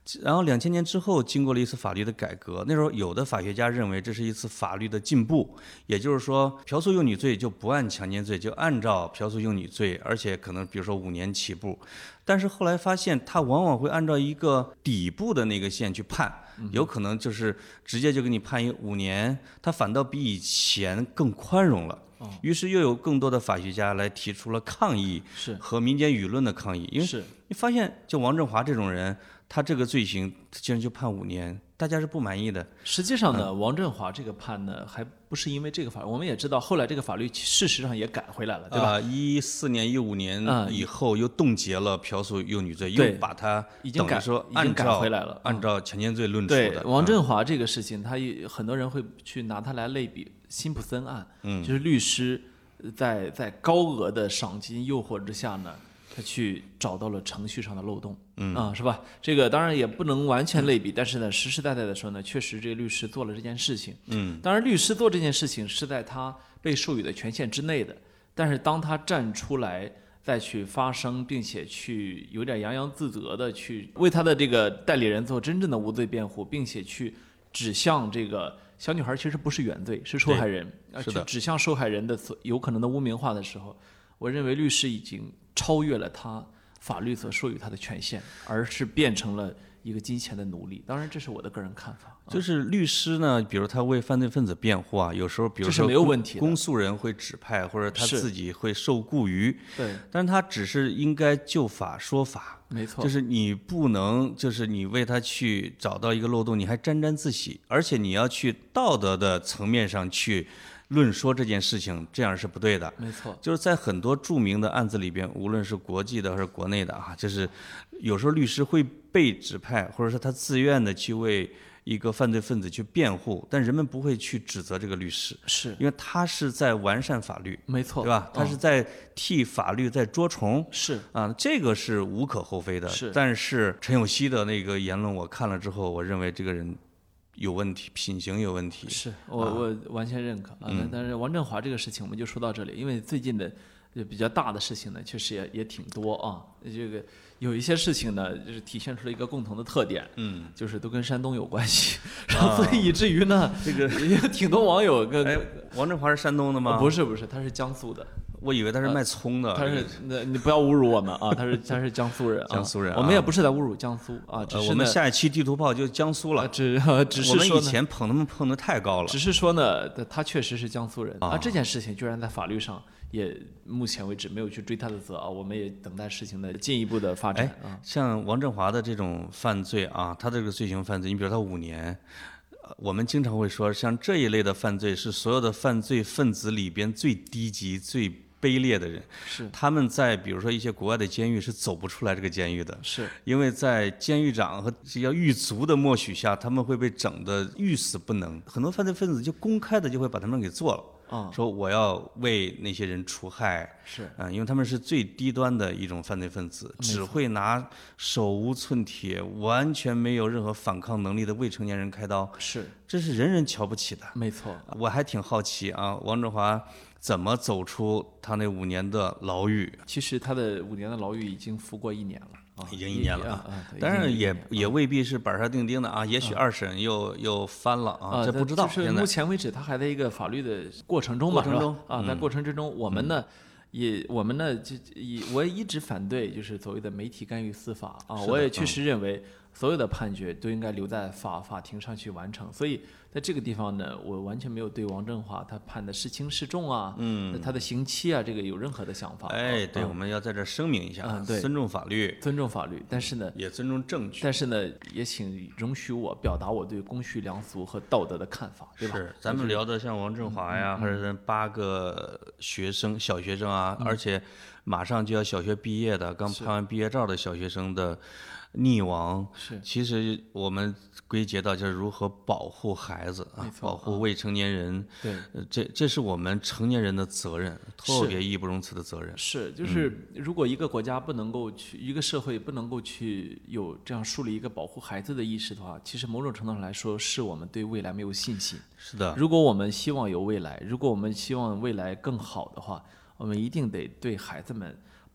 然后两千年之后，经过了一次法律的改革，那时候有的法学家认为这是一次法律的进步，也就是说，嫖宿幼女罪就不按强奸罪，就按照嫖宿幼女罪，而且可能比如说五年起步。但是后来发现，它往往会按照一个底部的那个线去判，有可能就是直接就给你判一五年，它反倒比以前更宽容了。于是又有更多的法学家来提出了抗议， 是和民间舆论的抗议，因为你发现就王振华这种人，他这个罪行竟然就判五年，大家是不满意的。 实际上呢，嗯、王振华这个判呢，还不是因为这个法律，我们也知道后来这个法律事实上也改回来了，对吧？ 一四年、一五年以后又冻结了嫖宿幼女罪， 嗯、 又把它已经改说已经改回来了， 按照强奸罪论处的。 对王振华这个事情，他很多人会去拿它来类比辛普森案， 嗯， 就是律师在在高额的赏金诱惑之下呢。他去找到了程序上的漏洞， 嗯啊，是吧？这个当然也不能完全类比，但是呢，实实在在的说呢，确实这个律师做了这件事情， 嗯， 当然律师做这件事情是在他被授予的权限之内的，但是当他站出来再去发声，并且去有点洋洋自得的去为他的这个代理人做真正的无罪辩护，并且去指向这个小女孩其实不是原罪，是受害人， 是的， 去指向受害人的所有可能的污名化的时候，我认为律师已经超越了他法律所授予他的权限，而是变成了一个金钱的奴隶。当然，这是我的个人看法。 就是律师呢，比如他为犯罪分子辩护啊，有时候比如说没有问题， 公诉人会指派，或者他自己会受雇于， 对， 但是他只是应该就法说法。 没错， 就是你不能，就是你为他去找到一个漏洞，你还沾沾自喜，而且你要去道德的层面上去论说这件事情，这样是不对的。 没错， 就是在很多著名的案子里边，无论是国际的还是国内的啊，就是有时候律师会被指派，或者说他自愿的去为一个犯罪分子去辩护，但人们不会去指责这个律师， 是因为他是在完善法律， 没错， 对吧？他是在替法律在捉虫， 是啊，这个是无可厚非的。 是， 但是陈有希的那个言论我看了之后，我认为这个人有问题，品行有问题。 是我、啊、我完全认可啊。 嗯、 但是王振华这个事情我们就说到这里，因为最近的比较大的事情呢，确实也也挺多啊。这个有一些事情呢，就是体现出了一个共同的特点， 嗯， 就是都跟山东有关系，然后所以以至于呢， 这个也有挺多网友跟哎，王振华是山东的吗？ 不是不是，他是江苏的。 我以为他是卖葱的。 他是那，你不要侮辱我们啊！他是他是江苏人， 江苏人， 我们也不是在侮辱江苏啊，只是我们下一期地图炮就江苏了， 只只是我们以前捧他们捧得太高了。 只是说呢，他确实是江苏人啊，这件事情居然在法律上也目前为止没有去追他的责啊，我们也等待事情的进一步的发展啊。 像王振华的这种犯罪啊，他这个罪行犯罪，你比如他五年。我们经常会说，像这一类的犯罪是所有的犯罪分子里边最低级、最卑劣的人。 是他们在比如说一些国外的监狱是走不出来这个监狱的， 是因为在监狱长和这些狱卒的默许下，他们会被整得欲死不能。很多犯罪分子就公开的就会把他们给做了。 啊、嗯， 说我要为那些人除害， 是啊、呃，因为他们是最低端的一种犯罪分子，只会拿手无寸铁、完全没有任何反抗能力的未成年人开刀， 是， 这是人人瞧不起的。 没错， 我还挺好奇啊，王振华怎么走出他那五年的牢狱？ 其实他的五年的牢狱已经服过一年了。啊、 已经一年了啊，啊当然也也未必是板上钉钉的啊，也嗯许二审又、啊、又翻了啊，这不知道。 就是目前为止，他还在一个法律的过程中嘛， 过程中啊，在过程之中，我们呢。嗯也我们呢，就以我一直反对，就是所谓的媒体干预司法啊。我也确实认为，所有的判决都应该留在法法庭上去完成。所以在这个地方呢，我完全没有对王振华他判的是轻是重啊， 嗯， 他的刑期啊，这个有任何的想法。 哎，对， 啊、 我们要在这声明一下， 嗯，对， 尊重法律， 尊重法律，但是呢， 也尊重证据。 但是呢，也请容许我表达我对公序良俗和道德的看法，对吧？ 是，咱们聊的像王振华呀， 嗯、 还是八个学生、小学生啊， 嗯、 而且马上就要小学毕业的，刚拍完毕业照的小学生的溺亡， 是， 其实我们归结到就是如何保护孩子啊，保护未成年人。 对， 呃，这这是我们成年人的责任，特别义不容辞的责任。 是，就是如果一个国家不能够去，一个社会不能够去有这样树立一个保护孩子的意识的话，其实某种程度上来说，是我们对未来没有信心。 是的。 如果我们希望有未来，如果我们希望未来更好的话，我们一定得对孩子们。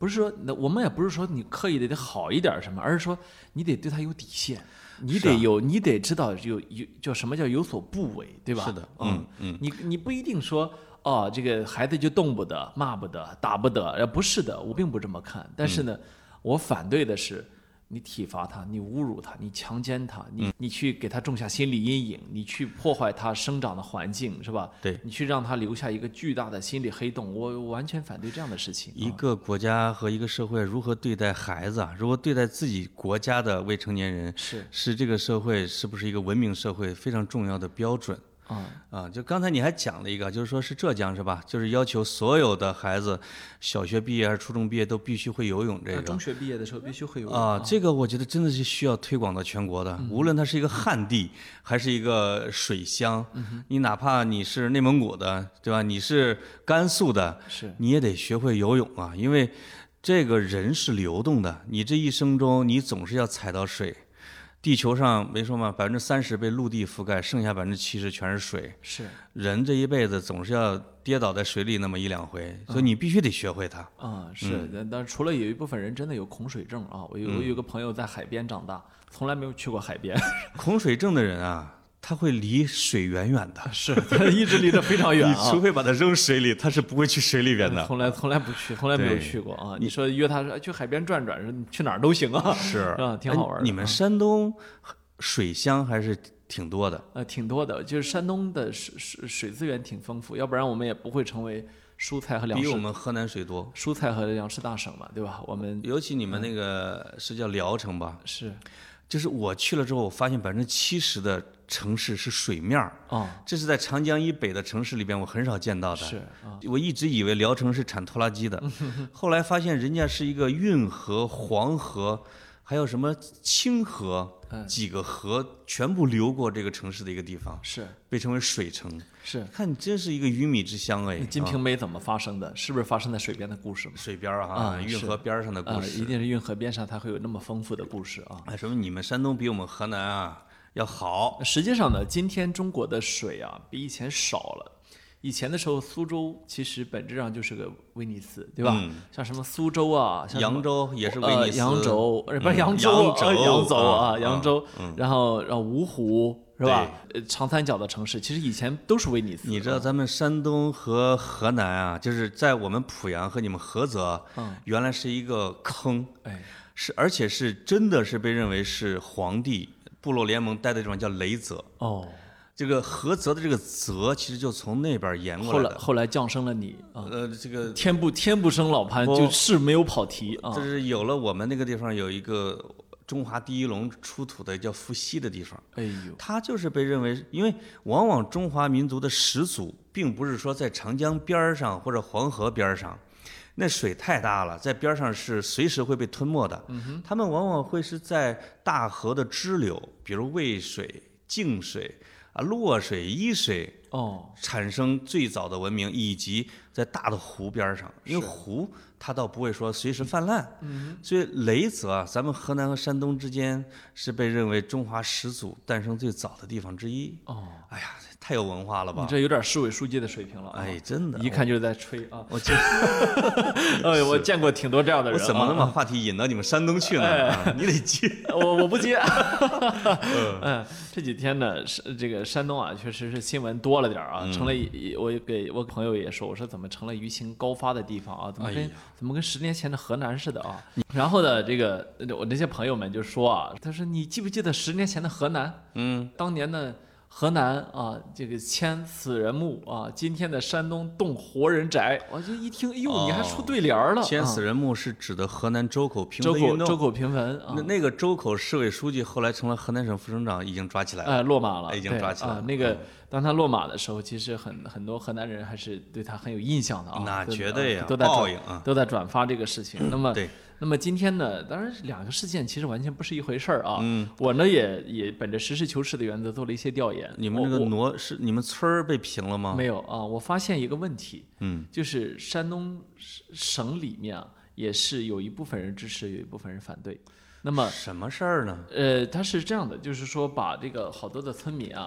不是说那我们也不是说你刻意的得好一点什么，而是说你得对他有底线，你得有，你得知道有有叫什么叫有所不为，对吧？ 是的， 嗯嗯，你你不一定说哦，这个孩子就动不得、骂不得、打不得，呃，不是的，我并不这么看。但是呢，我反对的是你体罚他，你侮辱他，你强奸他，你你去给他种下心理阴影，你去破坏他生长的环境，是吧？ 对， 你去让他留下一个巨大的心理黑洞，我完全反对这样的事情。 一个国家和一个社会如何对待孩子啊，如何对待自己国家的未成年人， 是是这个社会是不是一个文明社会非常重要的标准。 啊啊，就刚才你还讲了一个，就是说是浙江是吧？就是要求所有的孩子，小学毕业还是初中毕业都必须会游泳。这个中学毕业的时候必须会游泳啊，这个我觉得真的是需要推广到全国的。无论它是一个旱地还是一个水乡，你哪怕你是内蒙古的，对吧？你是甘肃的， 是你也得学会游泳啊，因为这个人是流动的，你这一生中你总是要踩到水。地球上没说吗？百分之三十被陆地覆盖，剩下百分之七十全是水。 是人这一辈子总是要跌倒在水里那么一两回，所以你必须得学会它。 啊，是，但但除了有一部分人真的有恐水症啊，我有我有个朋友在海边长大，从来没有去过海边。 恐水症的人啊，他会离水远远的， 是他一直离得非常远啊。 你除非把他扔水里，他是不会去水里边的。 从来从来不去，从来没有去过啊。你说约他说去海边转转，说你去哪儿都行啊， 是啊，挺好玩的。 你们山东水乡还是挺多的， 呃，挺多的，就是山东的水水水资源挺丰富，要不然我们也不会成为蔬菜和粮食比我们河南水多， 蔬菜和粮食大省嘛，对吧？我们尤其你们那个是叫聊城吧？ 是， 就是我去了之后，我发现百分之七十的城市是水面儿哦， 这是在长江以北的城市里边我很少见到的。 是啊， 我一直以为聊城是产拖拉机的，后来发现人家是一个运河、黄河，还有什么清河，几个河全部流过这个城市的一个地方， 是被称为水城。 是， 看你真是一个鱼米之乡哎！ 金瓶梅怎么发生的？是不是发生在水边的故事嘛？ 水边儿啊啊，运河边儿上的故啊， 事， 一定是运河边上才会有那么丰富的故事啊。 哎，说明你们山东比我们河南啊要好。 实际上呢，今天中国的水啊比以前少了。以前的时候，苏州其实本质上就是个威尼斯，对吧？ 嗯像什么苏州啊，像扬州也是威尼斯， 呃、扬州呃不是嗯扬州， 扬州呃扬州啊， 啊扬州， 嗯然后然后芜湖是吧？呃，长三角的城市，其实以前都是威尼斯。 你知道咱们山东和河南啊，就是在我们濮阳和你们菏泽， 嗯， 原来是一个坑， 哎， 是而且是真的是被认为是黄帝部落联盟待的地方叫雷泽。 哦， 这个菏泽的这个泽其实就从那边沿过后来的。 来后来降生了你啊， 呃，这个天不天不生老潘， 不就是没有跑题啊就。是有了我们那个地方有一个中华第一龙出土的叫伏羲的地方， 哎呦， 它就是被认为，因为往往中华民族的始祖并不是说在长江边儿上或者黄河边儿上，那水太大了，在边儿上是随时会被吞没的。 嗯他们往往会是在大河的支流，比如渭水、泾水啊、洛水、伊水， 哦， 产生最早的文明，以及在大的湖边上，因为湖它倒不会说随时泛滥， 嗯， 所以雷泽啊，咱们河南和山东之间是被认为中华始祖诞生最早的地方之一。 哦， 哎呀，太有文化了吧？ 你这有点市委书记的水平了啊。 哎，真的， 一看就是在吹啊！ 我见， 哎，我见过挺多这样的人。 我怎么能把啊？ 话题引到你们山东去呢？ 哎啊你得接。 我我不接。嗯，这几天呢，是这个山东啊，确实是新闻多了点儿啊，成了一我给我朋友也说，我说怎么成了舆情高发的地方啊？怎么跟哎呀怎么跟十年前的河南似的啊？然后呢，这个我那些朋友们就说啊，他说你记不记得十年前的河南？ 嗯， 当年呢，河南啊，这个迁死人墓啊，今天的山东动活人宅，我就一听，哎呦，你还出对联儿了？ 迁死啊人墓是指的河南周口平周分运动。 口周口平文啊那，那个周口市委书记后来成了河南省副省长，已经抓起来了。 哎，落马了， 已经对抓起来了啊。那个当他落马的时候，其实很很多河南人还是对他很有印象的啊。 那对绝对呀啊都在转报应啊都在转发这个事情。那么对， 那么今天呢，当然两个事件其实完全不是一回事儿啊。 嗯， 我呢也也本着实事求是的原则做了一些调研。 你们那个我我挪是你们村儿被平了吗？ 没有啊，我发现一个问题， 嗯， 就是山东省里面啊，也是有一部分人支持，有一部分人反对。那么什么事儿呢？ 呃，他是这样的，就是说把这个好多的村民啊，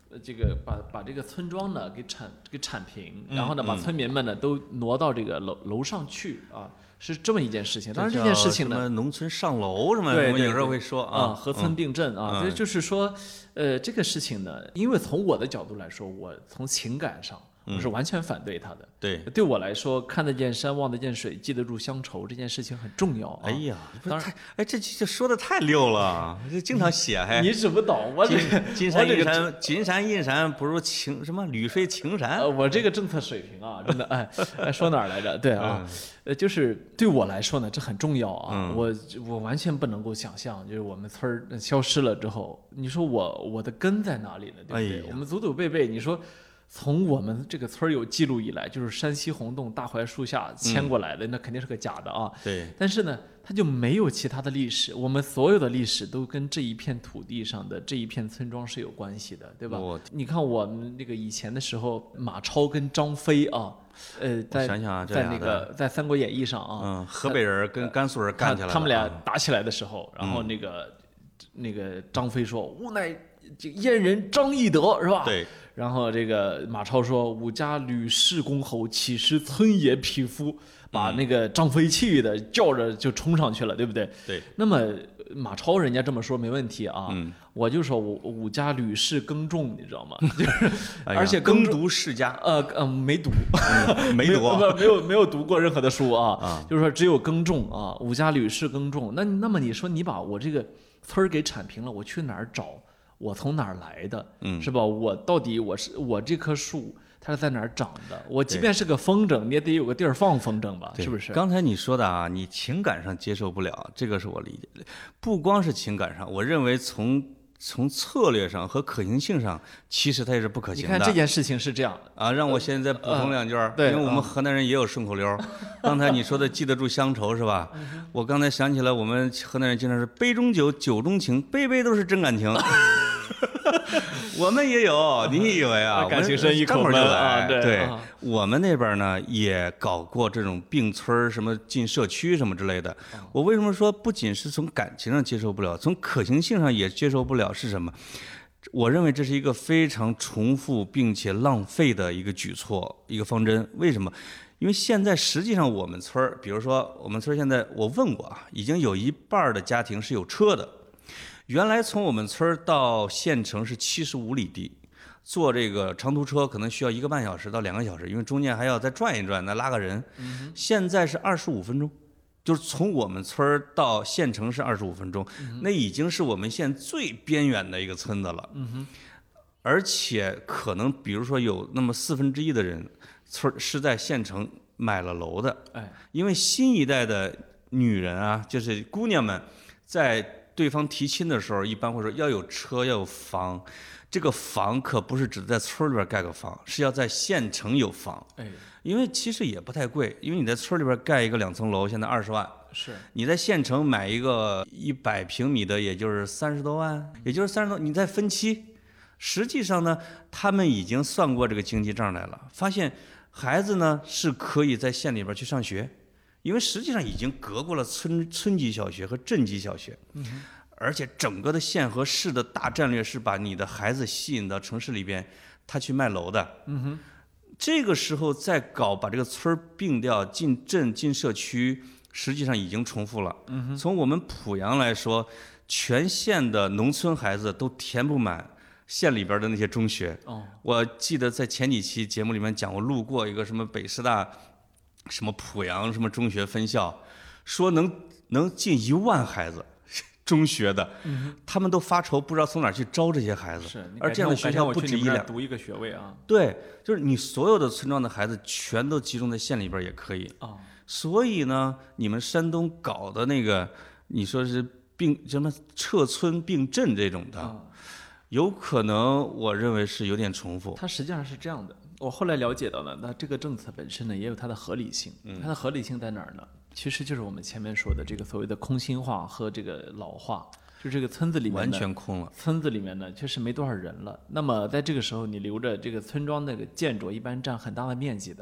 呃这个把把这个村庄呢给铲给铲平，然后呢把村民们呢都挪到这个楼楼上去啊。是这么一件事情，当然这件事情呢， 农村上楼什么， 对， 我们有时候会说啊， 河村并镇啊，这就是说，呃，这个事情呢，因为从我的角度来说，我从情感上我是完全反对他的。 对， 对我来说，看得见山，望得见水，记得住乡愁，这件事情很重要。 哎呀，当然，哎，这这说的太溜了，这经常写还。 你怎么懂？我这个金山银山，金山银山不如情什么绿水青山。 呃，我这个政策水平啊，真的，哎，哎，说哪儿来着？对啊，呃，就是对我来说呢，这很重要啊。我我完全不能够想象，就是我们村儿消失了之后，你说我我的根在哪里呢？对不对？我们祖祖辈辈，你说。从我们这个村有记录以来，就是山西洪洞大槐树下迁过来的，嗯、那肯定是个假的啊。 对。 但是呢，它就没有其他的历史，我们所有的历史都跟这一片土地上的这一片村庄是有关系的，对吧？你看我们那个以前的时候，马超跟张飞啊，呃，在想想啊， 在那个在《三国演义》上啊， 嗯，河北人跟甘肃人干起来了， 他们俩打起来的时候，然后那个、嗯、那个张飞说：“吾乃燕人张翼德，是吧？” 对。 然后这个马超说：“吾家吕氏公侯，岂是村野匹夫？”把那个张飞气的叫着就冲上去了，对不对？ 对。 那么马超人家这么说没问题啊， 嗯、 我就说我吾家吕氏耕种，你知道吗？就是， 哎、 而且耕读世家， 呃呃没读， 嗯、没读， 没有没有没有读过任何的书啊， 啊就是说只有耕种啊，吾家吕氏耕种。那那么你说你把我这个村儿给铲平了，我去哪儿找？我从哪儿来的， 嗯， 是吧？我到底我是我这棵树，它是在哪儿长的？我即便是个风筝，你也得有个地儿放风筝吧，是不是？ 刚才你说的啊，你情感上接受不了，这个是我理解的。不光是情感上，我认为从从策略上和可行性上，其实它也是不可行的。 你看这件事情是这样啊，让我现在再补充两句儿、 呃呃，对， 因为我们河南人也有顺口溜。刚才你说的记得住乡愁是吧？我刚才想起来，我们河南人经常是杯中酒，酒中情，杯杯都是真感情。我们也有，你以为啊？ 感情深一口闷啊！对， 对啊我们那边呢也搞过这种并村什么进社区什么之类的。我为什么说不仅是从感情上接受不了，从可行性上也接受不了？是什么？我认为这是一个非常重复并且浪费的一个举措，一个方针。为什么？因为现在实际上我们村儿，比如说我们村现在，我问过啊，已经有一半的家庭是有车的。原来从我们村到县城是七十五里地，坐这个长途车可能需要一个半小时到两个小时，因为中间还要再转一转，再拉个人。 嗯、 现在是二十五分钟，就是从我们村到县城是二十五分钟、嗯，那已经是我们县最边远的一个村子了。 嗯、 而且可能比如说有那么四分之一的人村是在县城买了楼的。 哎， 因为新一代的女人啊，就是姑娘们在对方提亲的时候，一般会说要有车，要有房。这个房可不是只在村里边盖个房，是要在县城有房。 哎， 因为其实也不太贵，因为你在村里边盖一个两层楼，现在二十万。 是。你在县城买一个一百平米的，也就是三十多万，也就是三十多。你再分期，实际上呢，他们已经算过这个经济账来了，发现孩子呢是可以在县里边去上学。因为实际上已经隔过了村村级小学和镇级小学， 嗯、 而且整个的县和市的大战略是把你的孩子吸引到城市里边，他去卖楼的。 嗯、 这个时候再搞把这个村并掉，进镇进社区，实际上已经重复了。 嗯、 从我们濮阳来说，全县的农村孩子都填不满县里边的那些中学。 哦， 我记得在前几期节目里面讲，我路过一个什么北师大。什么濮阳什么中学分校，说能能进一万孩子中学的、 嗯， 他们都发愁，不知道从哪儿去招这些孩子。 是， 而这样的学校不止一两， 读一个学位啊。 对，就是你所有的村庄的孩子全都集中在县里边也可以啊、哦。 所以呢，你们山东搞的那个，你说是并什么撤村并镇这种的、 哦， 有可能我认为是有点重复。 它实际上是这样的。我后来了解到了，那这个政策本身呢，也有它的合理性。它的合理性在哪儿呢？其实就是我们前面说的这个所谓的空心化和这个老化，就这个村子里面完全空了。 村子里面呢，确实没多少人了。那么在这个时候，你留着这个村庄那个建筑，一般占很大的面积的，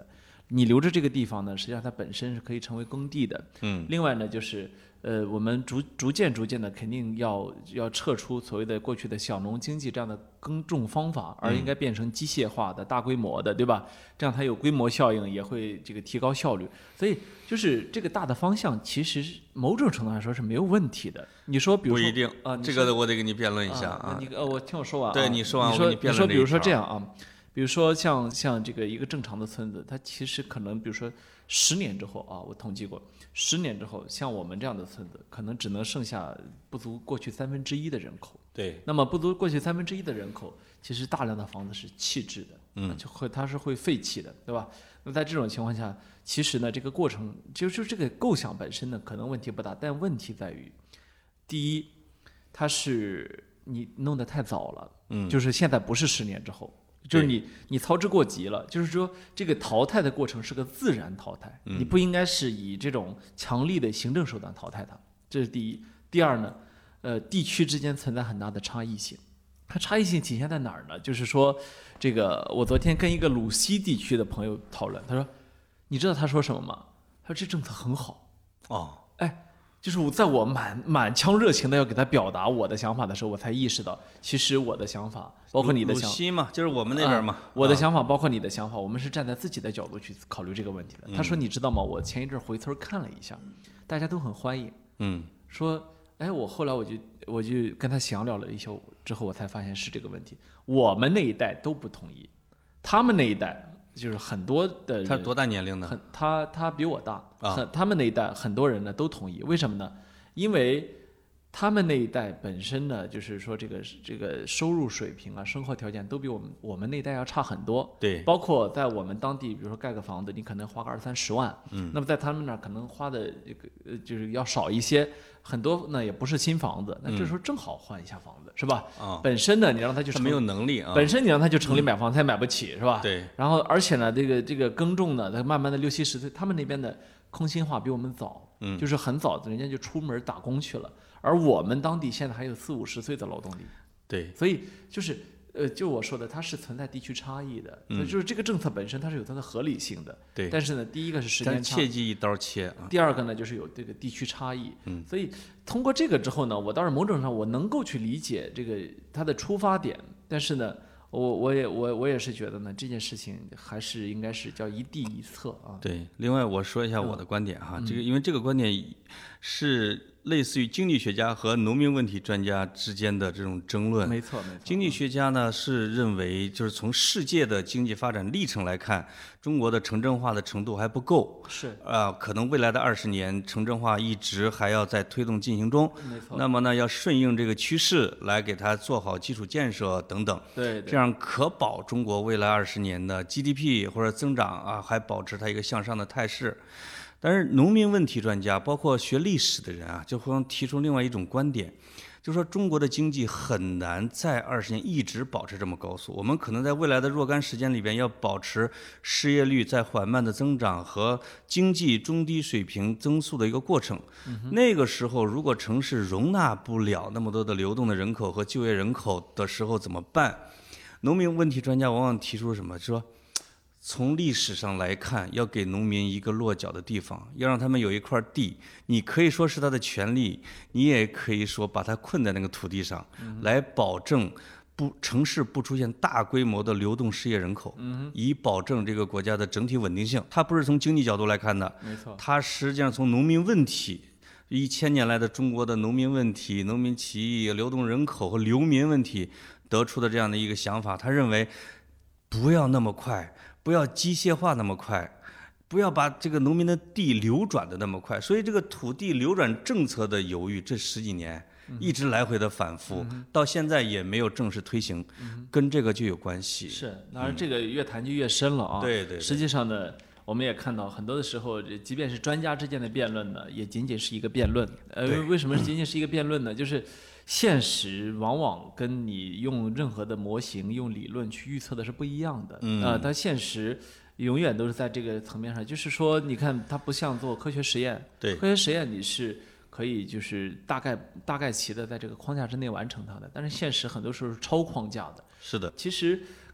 你留着这个地方呢，实际上它本身是可以成为耕地的。 嗯， 另外呢，就是呃，我们逐逐渐逐渐的肯定要要撤出所谓的过去的小农经济这样的耕种方法，而应该变成机械化的、大规模的，对吧？这样它有规模效应，也会这个提高效率。所以就是这个大的方向，其实某种程度上说是没有问题的。你说，比如说不一定啊， 这个我得跟你辩论一下啊。 啊。 你呃，我听我说完啊。 对，你说完， 你说我给你辩你说，比如说论这一条这样啊。比如说像像这个一个正常的村子，它其实可能，比如说十年之后啊，我统计过，十年之后，像我们这样的村子，可能只能剩下不足过去三分之一的人口。 对， 那么不足过去三分之一的人口，其实大量的房子是弃置的， 嗯， 就会它是会废弃的，对吧？那在这种情况下，其实呢，这个过程就就这个构想本身呢，可能问题不大，但问题在于，第一，它是你弄得太早了， 嗯， 就是现在不是十年之后。就是你，你操之过急了。就是说，这个淘汰的过程是个自然淘汰， 嗯、 你不应该是以这种强力的行政手段淘汰它。这是第一。第二呢，呃，地区之间存在很大的差异性。它差异性体现在哪儿呢？就是说，这个我昨天跟一个鲁西地区的朋友讨论，他说，你知道他说什么吗？他说这政策很好。 哦， 哎。就是我在我满满腔热情的要给他表达我的想法的时候，我才意识到，其实我的想法包括你的想法， 鲁西嘛，就是我们那边嘛、 啊。我的想法包括你的想法，我们是站在自己的角度去考虑这个问题的。 嗯、 他说：“你知道吗？我前一阵回村看了一下，大家都很欢迎。 嗯， 说，哎，我后来我就我就跟他详聊了一下之后，我才发现是这个问题。我们那一代都不同意，他们那一代。”就是很多的人， 他多大年龄呢？ 很他他比我大， 啊、 很他们那一代很多人呢都同意，为什么呢？因为他们那一代本身呢，就是说这个这个收入水平啊，生活条件都比我们我们那一代要差很多。 对， 包括在我们当地，比如说盖个房子，你可能花个二三十万， 嗯， 那么在他们那儿可能花的这个呃就是要少一些，很多呢也不是新房子，那这时候正好换一下房子，是吧？ 啊， 本身呢你让他就他没有能力啊， 本身你让他就城里买房，他也买不起，是吧？ 对。 然后而且呢，这个这个耕种呢，他慢慢的六七十岁，他们那边的空心化比我们早， 嗯， 就是很早人家就出门打工去了。而我们当地现在还有四五十岁的劳动力， 对， 所以就是呃，就我说的，它是存在地区差异的， 嗯、 所以就是这个政策本身它是有它的合理性的， 对。 但是呢，第一个是时间差， 切记一刀切啊。 第二个呢，就是有这个地区差异， 嗯， 所以通过这个之后呢，我倒是某种上我能够去理解这个它的出发点，但是呢。我我也我我也是觉得呢，这件事情还是应该是叫一地一策啊。 对，另外我说一下我的观点哈， 嗯、 这个因为这个观点是类似于经济学家和农民问题专家之间的这种争论。 没错没错。 经济学家呢是认为，就是从世界的经济发展历程来看，中国的城镇化的程度还不够。 是啊、呃，可能未来的二十年，城镇化一直还要在推动进行中。 没错。 那么呢，要顺应这个趋势来给它做好基础建设等等。 对。 这样可保中国未来二十年的 G D P 或者增长啊，还保持它一个向上的态势。但是农民问题专家，包括学历史的人啊，就会提出另外一种观点，就是说中国的经济很难在二十年一直保持这么高速。我们可能在未来的若干时间里边，要保持失业率在缓慢的增长和经济中低水平增速的一个过程。 嗯、 那个时候，如果城市容纳不了那么多的流动的人口和就业人口的时候怎么办？农民问题专家往往提出什么？说从历史上来看，要给农民一个落脚的地方，要让他们有一块地，你可以说是他的权利，你也可以说把他困在那个土地上， 嗯、 来保证不城市不出现大规模的流动失业人口， 嗯、 以保证这个国家的整体稳定性。它不是从经济角度来看的， 没错， 它实际上从农民问题。一千年来的中国的农民问题、农民起义、流动人口和流民问题得出的这样的一个想法，他认为不要那么快，不要机械化那么快，不要把这个农民的地流转的那么快。所以这个土地流转政策的犹豫，这十几年一直来回的反复， 嗯、 到现在也没有正式推行， 嗯、 跟这个就有关系。 是，当然这个越谈就越深了啊。 嗯、对, 对对。 实际上呢。我们也看到很多的时候，即便是专家之间的辩论呢，也仅仅是一个辩论。呃，为什么仅仅是一个辩论呢？就是现实往往跟你用任何的模型、用理论去预测的是不一样的。 嗯。 呃，它现实永远都是在这个层面上。就是说，你看，它不像做科学实验。 对。 科学实验你是可以就是大概大概齐的在这个框架之内完成它的，但是现实很多时候是超框架的。 是的。 其实。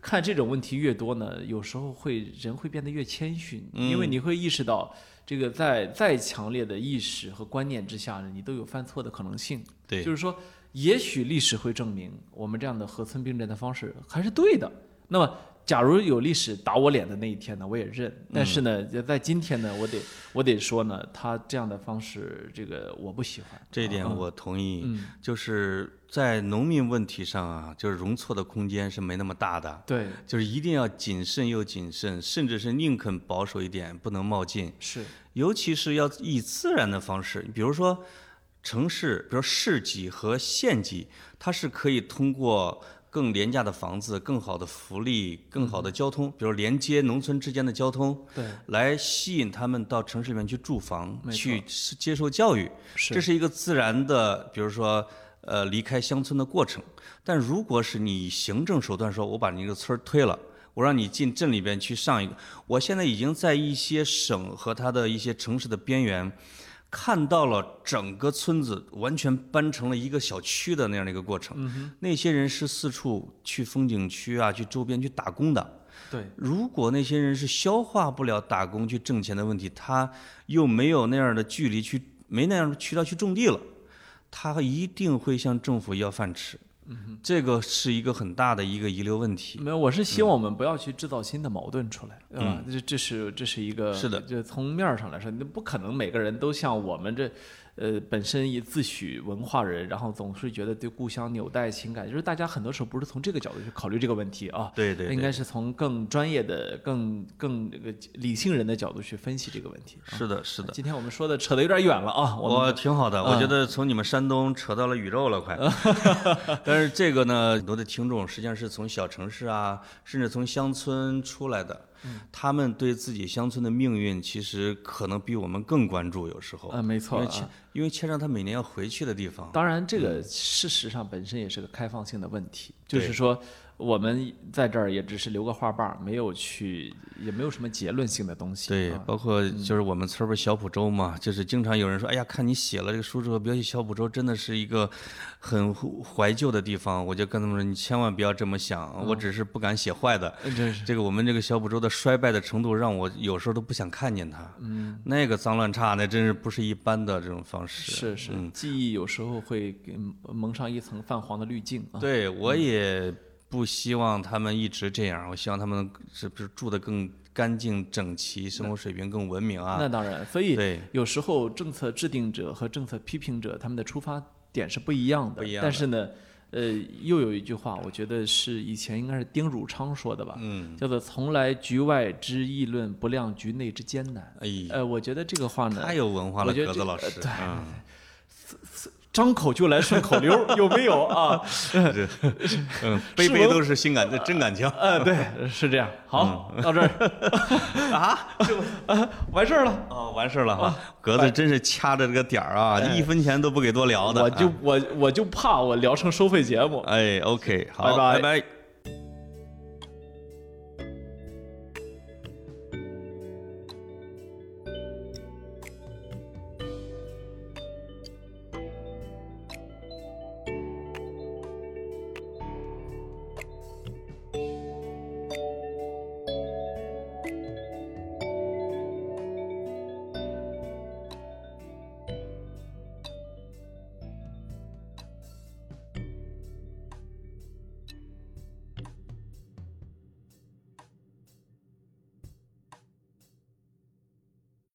看这种问题越多呢，有时候会人会变得越谦逊，因为你会意识到，这个在再强烈的意识和观念之下呢，你都有犯错的可能性。 对， 就是说，也许历史会证明我们这样的河村并战的方式还是对的。那么，假如有历史打我脸的那一天呢，我也认。但是呢，在今天呢，我得我得说呢，他这样的方式，这个我不喜欢。 这一点我同意。 嗯， 就是在农民问题上啊，就是容错的空间是没那么大的。 对， 就是一定要谨慎又谨慎，甚至是宁肯保守一点，不能冒进。 是， 尤其是要以自然的方式，比如说城市，比如市级和县级，它是可以通过更廉价的房子、更好的福利、更好的交通，嗯、比如连接农村之间的交通， 对， 来吸引他们到城市里面去住房、去接受教育， 是， 这是一个自然的，比如说呃离开乡村的过程。但如果是你行政手段说，我把你这个村推了，我让你进镇里边去上一个，我现在已经在一些省和它的一些城市的边缘。看到了整个村子完全搬成了一个小区的那样的一个过程， 嗯、 那些人是四处去风景区啊，去周边去打工的。 对， 如果那些人是消化不了打工去挣钱的问题，他又没有那样的距离去，没那样的渠道去种地了，他一定会向政府要饭吃。 嗯， 这个是一个很大的一个遗留问题。 没有，我是希望我们不要去制造新的矛盾出来，对吧？ 嗯、 这这是这是一个， 是的， 就从面上来说，你不可能每个人都像我们这，呃，本身也自诩文化人，然后总是觉得对故乡纽带情感，就是大家很多时候不是从这个角度去考虑这个问题啊。 对 对, 对， 应该是从更专业的、更更这个理性人的角度去分析这个问题。啊、 是的，是的。 今天我们说的扯得有点远了啊，我, 我挺好的，嗯、我觉得从你们山东扯到了宇宙了，快。但是这个呢？很多的听众实际上是从小城市啊，甚至从乡村出来的， 嗯、 他们对自己乡村的命运其实可能比我们更关注，有时候。 啊，没错， 因为牵、啊、因为牵上他每年要回去的地方。 当然，这个事实上本身也是个开放性的问题，嗯、就是说我们在这儿也只是留个话瓣，没有去，也没有什么结论性的东西。 对， 啊、 包括就是我们村不是小浦州嘛，嗯、就是经常有人说，哎呀，看你写了这个书之后，标记小浦州真的是一个很怀旧的地方。我就跟他们说，你千万不要这么想，嗯、我只是不敢写坏的。 这是这个我们这个小浦州的衰败的程度，让我有时候都不想看见它。 嗯， 那个脏乱差，那真是不是一般的这种方式。 是是， 嗯、 记忆有时候会给蒙上一层泛黄的滤镜啊。 对，我也不希望他们一直这样，我希望他们是不是住得更干净整齐，生活水平更文明啊。 那当然，所以对有时候政策制定者和政策批评者他们的出发点是不一样的。 不一样的。 但是呢，呃，又有一句话，我觉得是以前应该是丁汝昌说的吧， 嗯， 叫做“从来局外之议论，不量局内之艰难”。 哎， 呃，我觉得这个话呢， 太有文化了，格子老师。 对。 嗯张口就来顺口溜，有没有啊？ 嗯，杯杯都是心感真感情。 呃，对，是这样。好，嗯、到这儿啊，就啊完事儿了。 哦，完事儿了哈。格子真是掐着这个点儿啊， 哎、 一分钱都不给多聊的。 我就我我就怕我聊成收费节目。 哎 ，OK，好， 拜拜拜拜。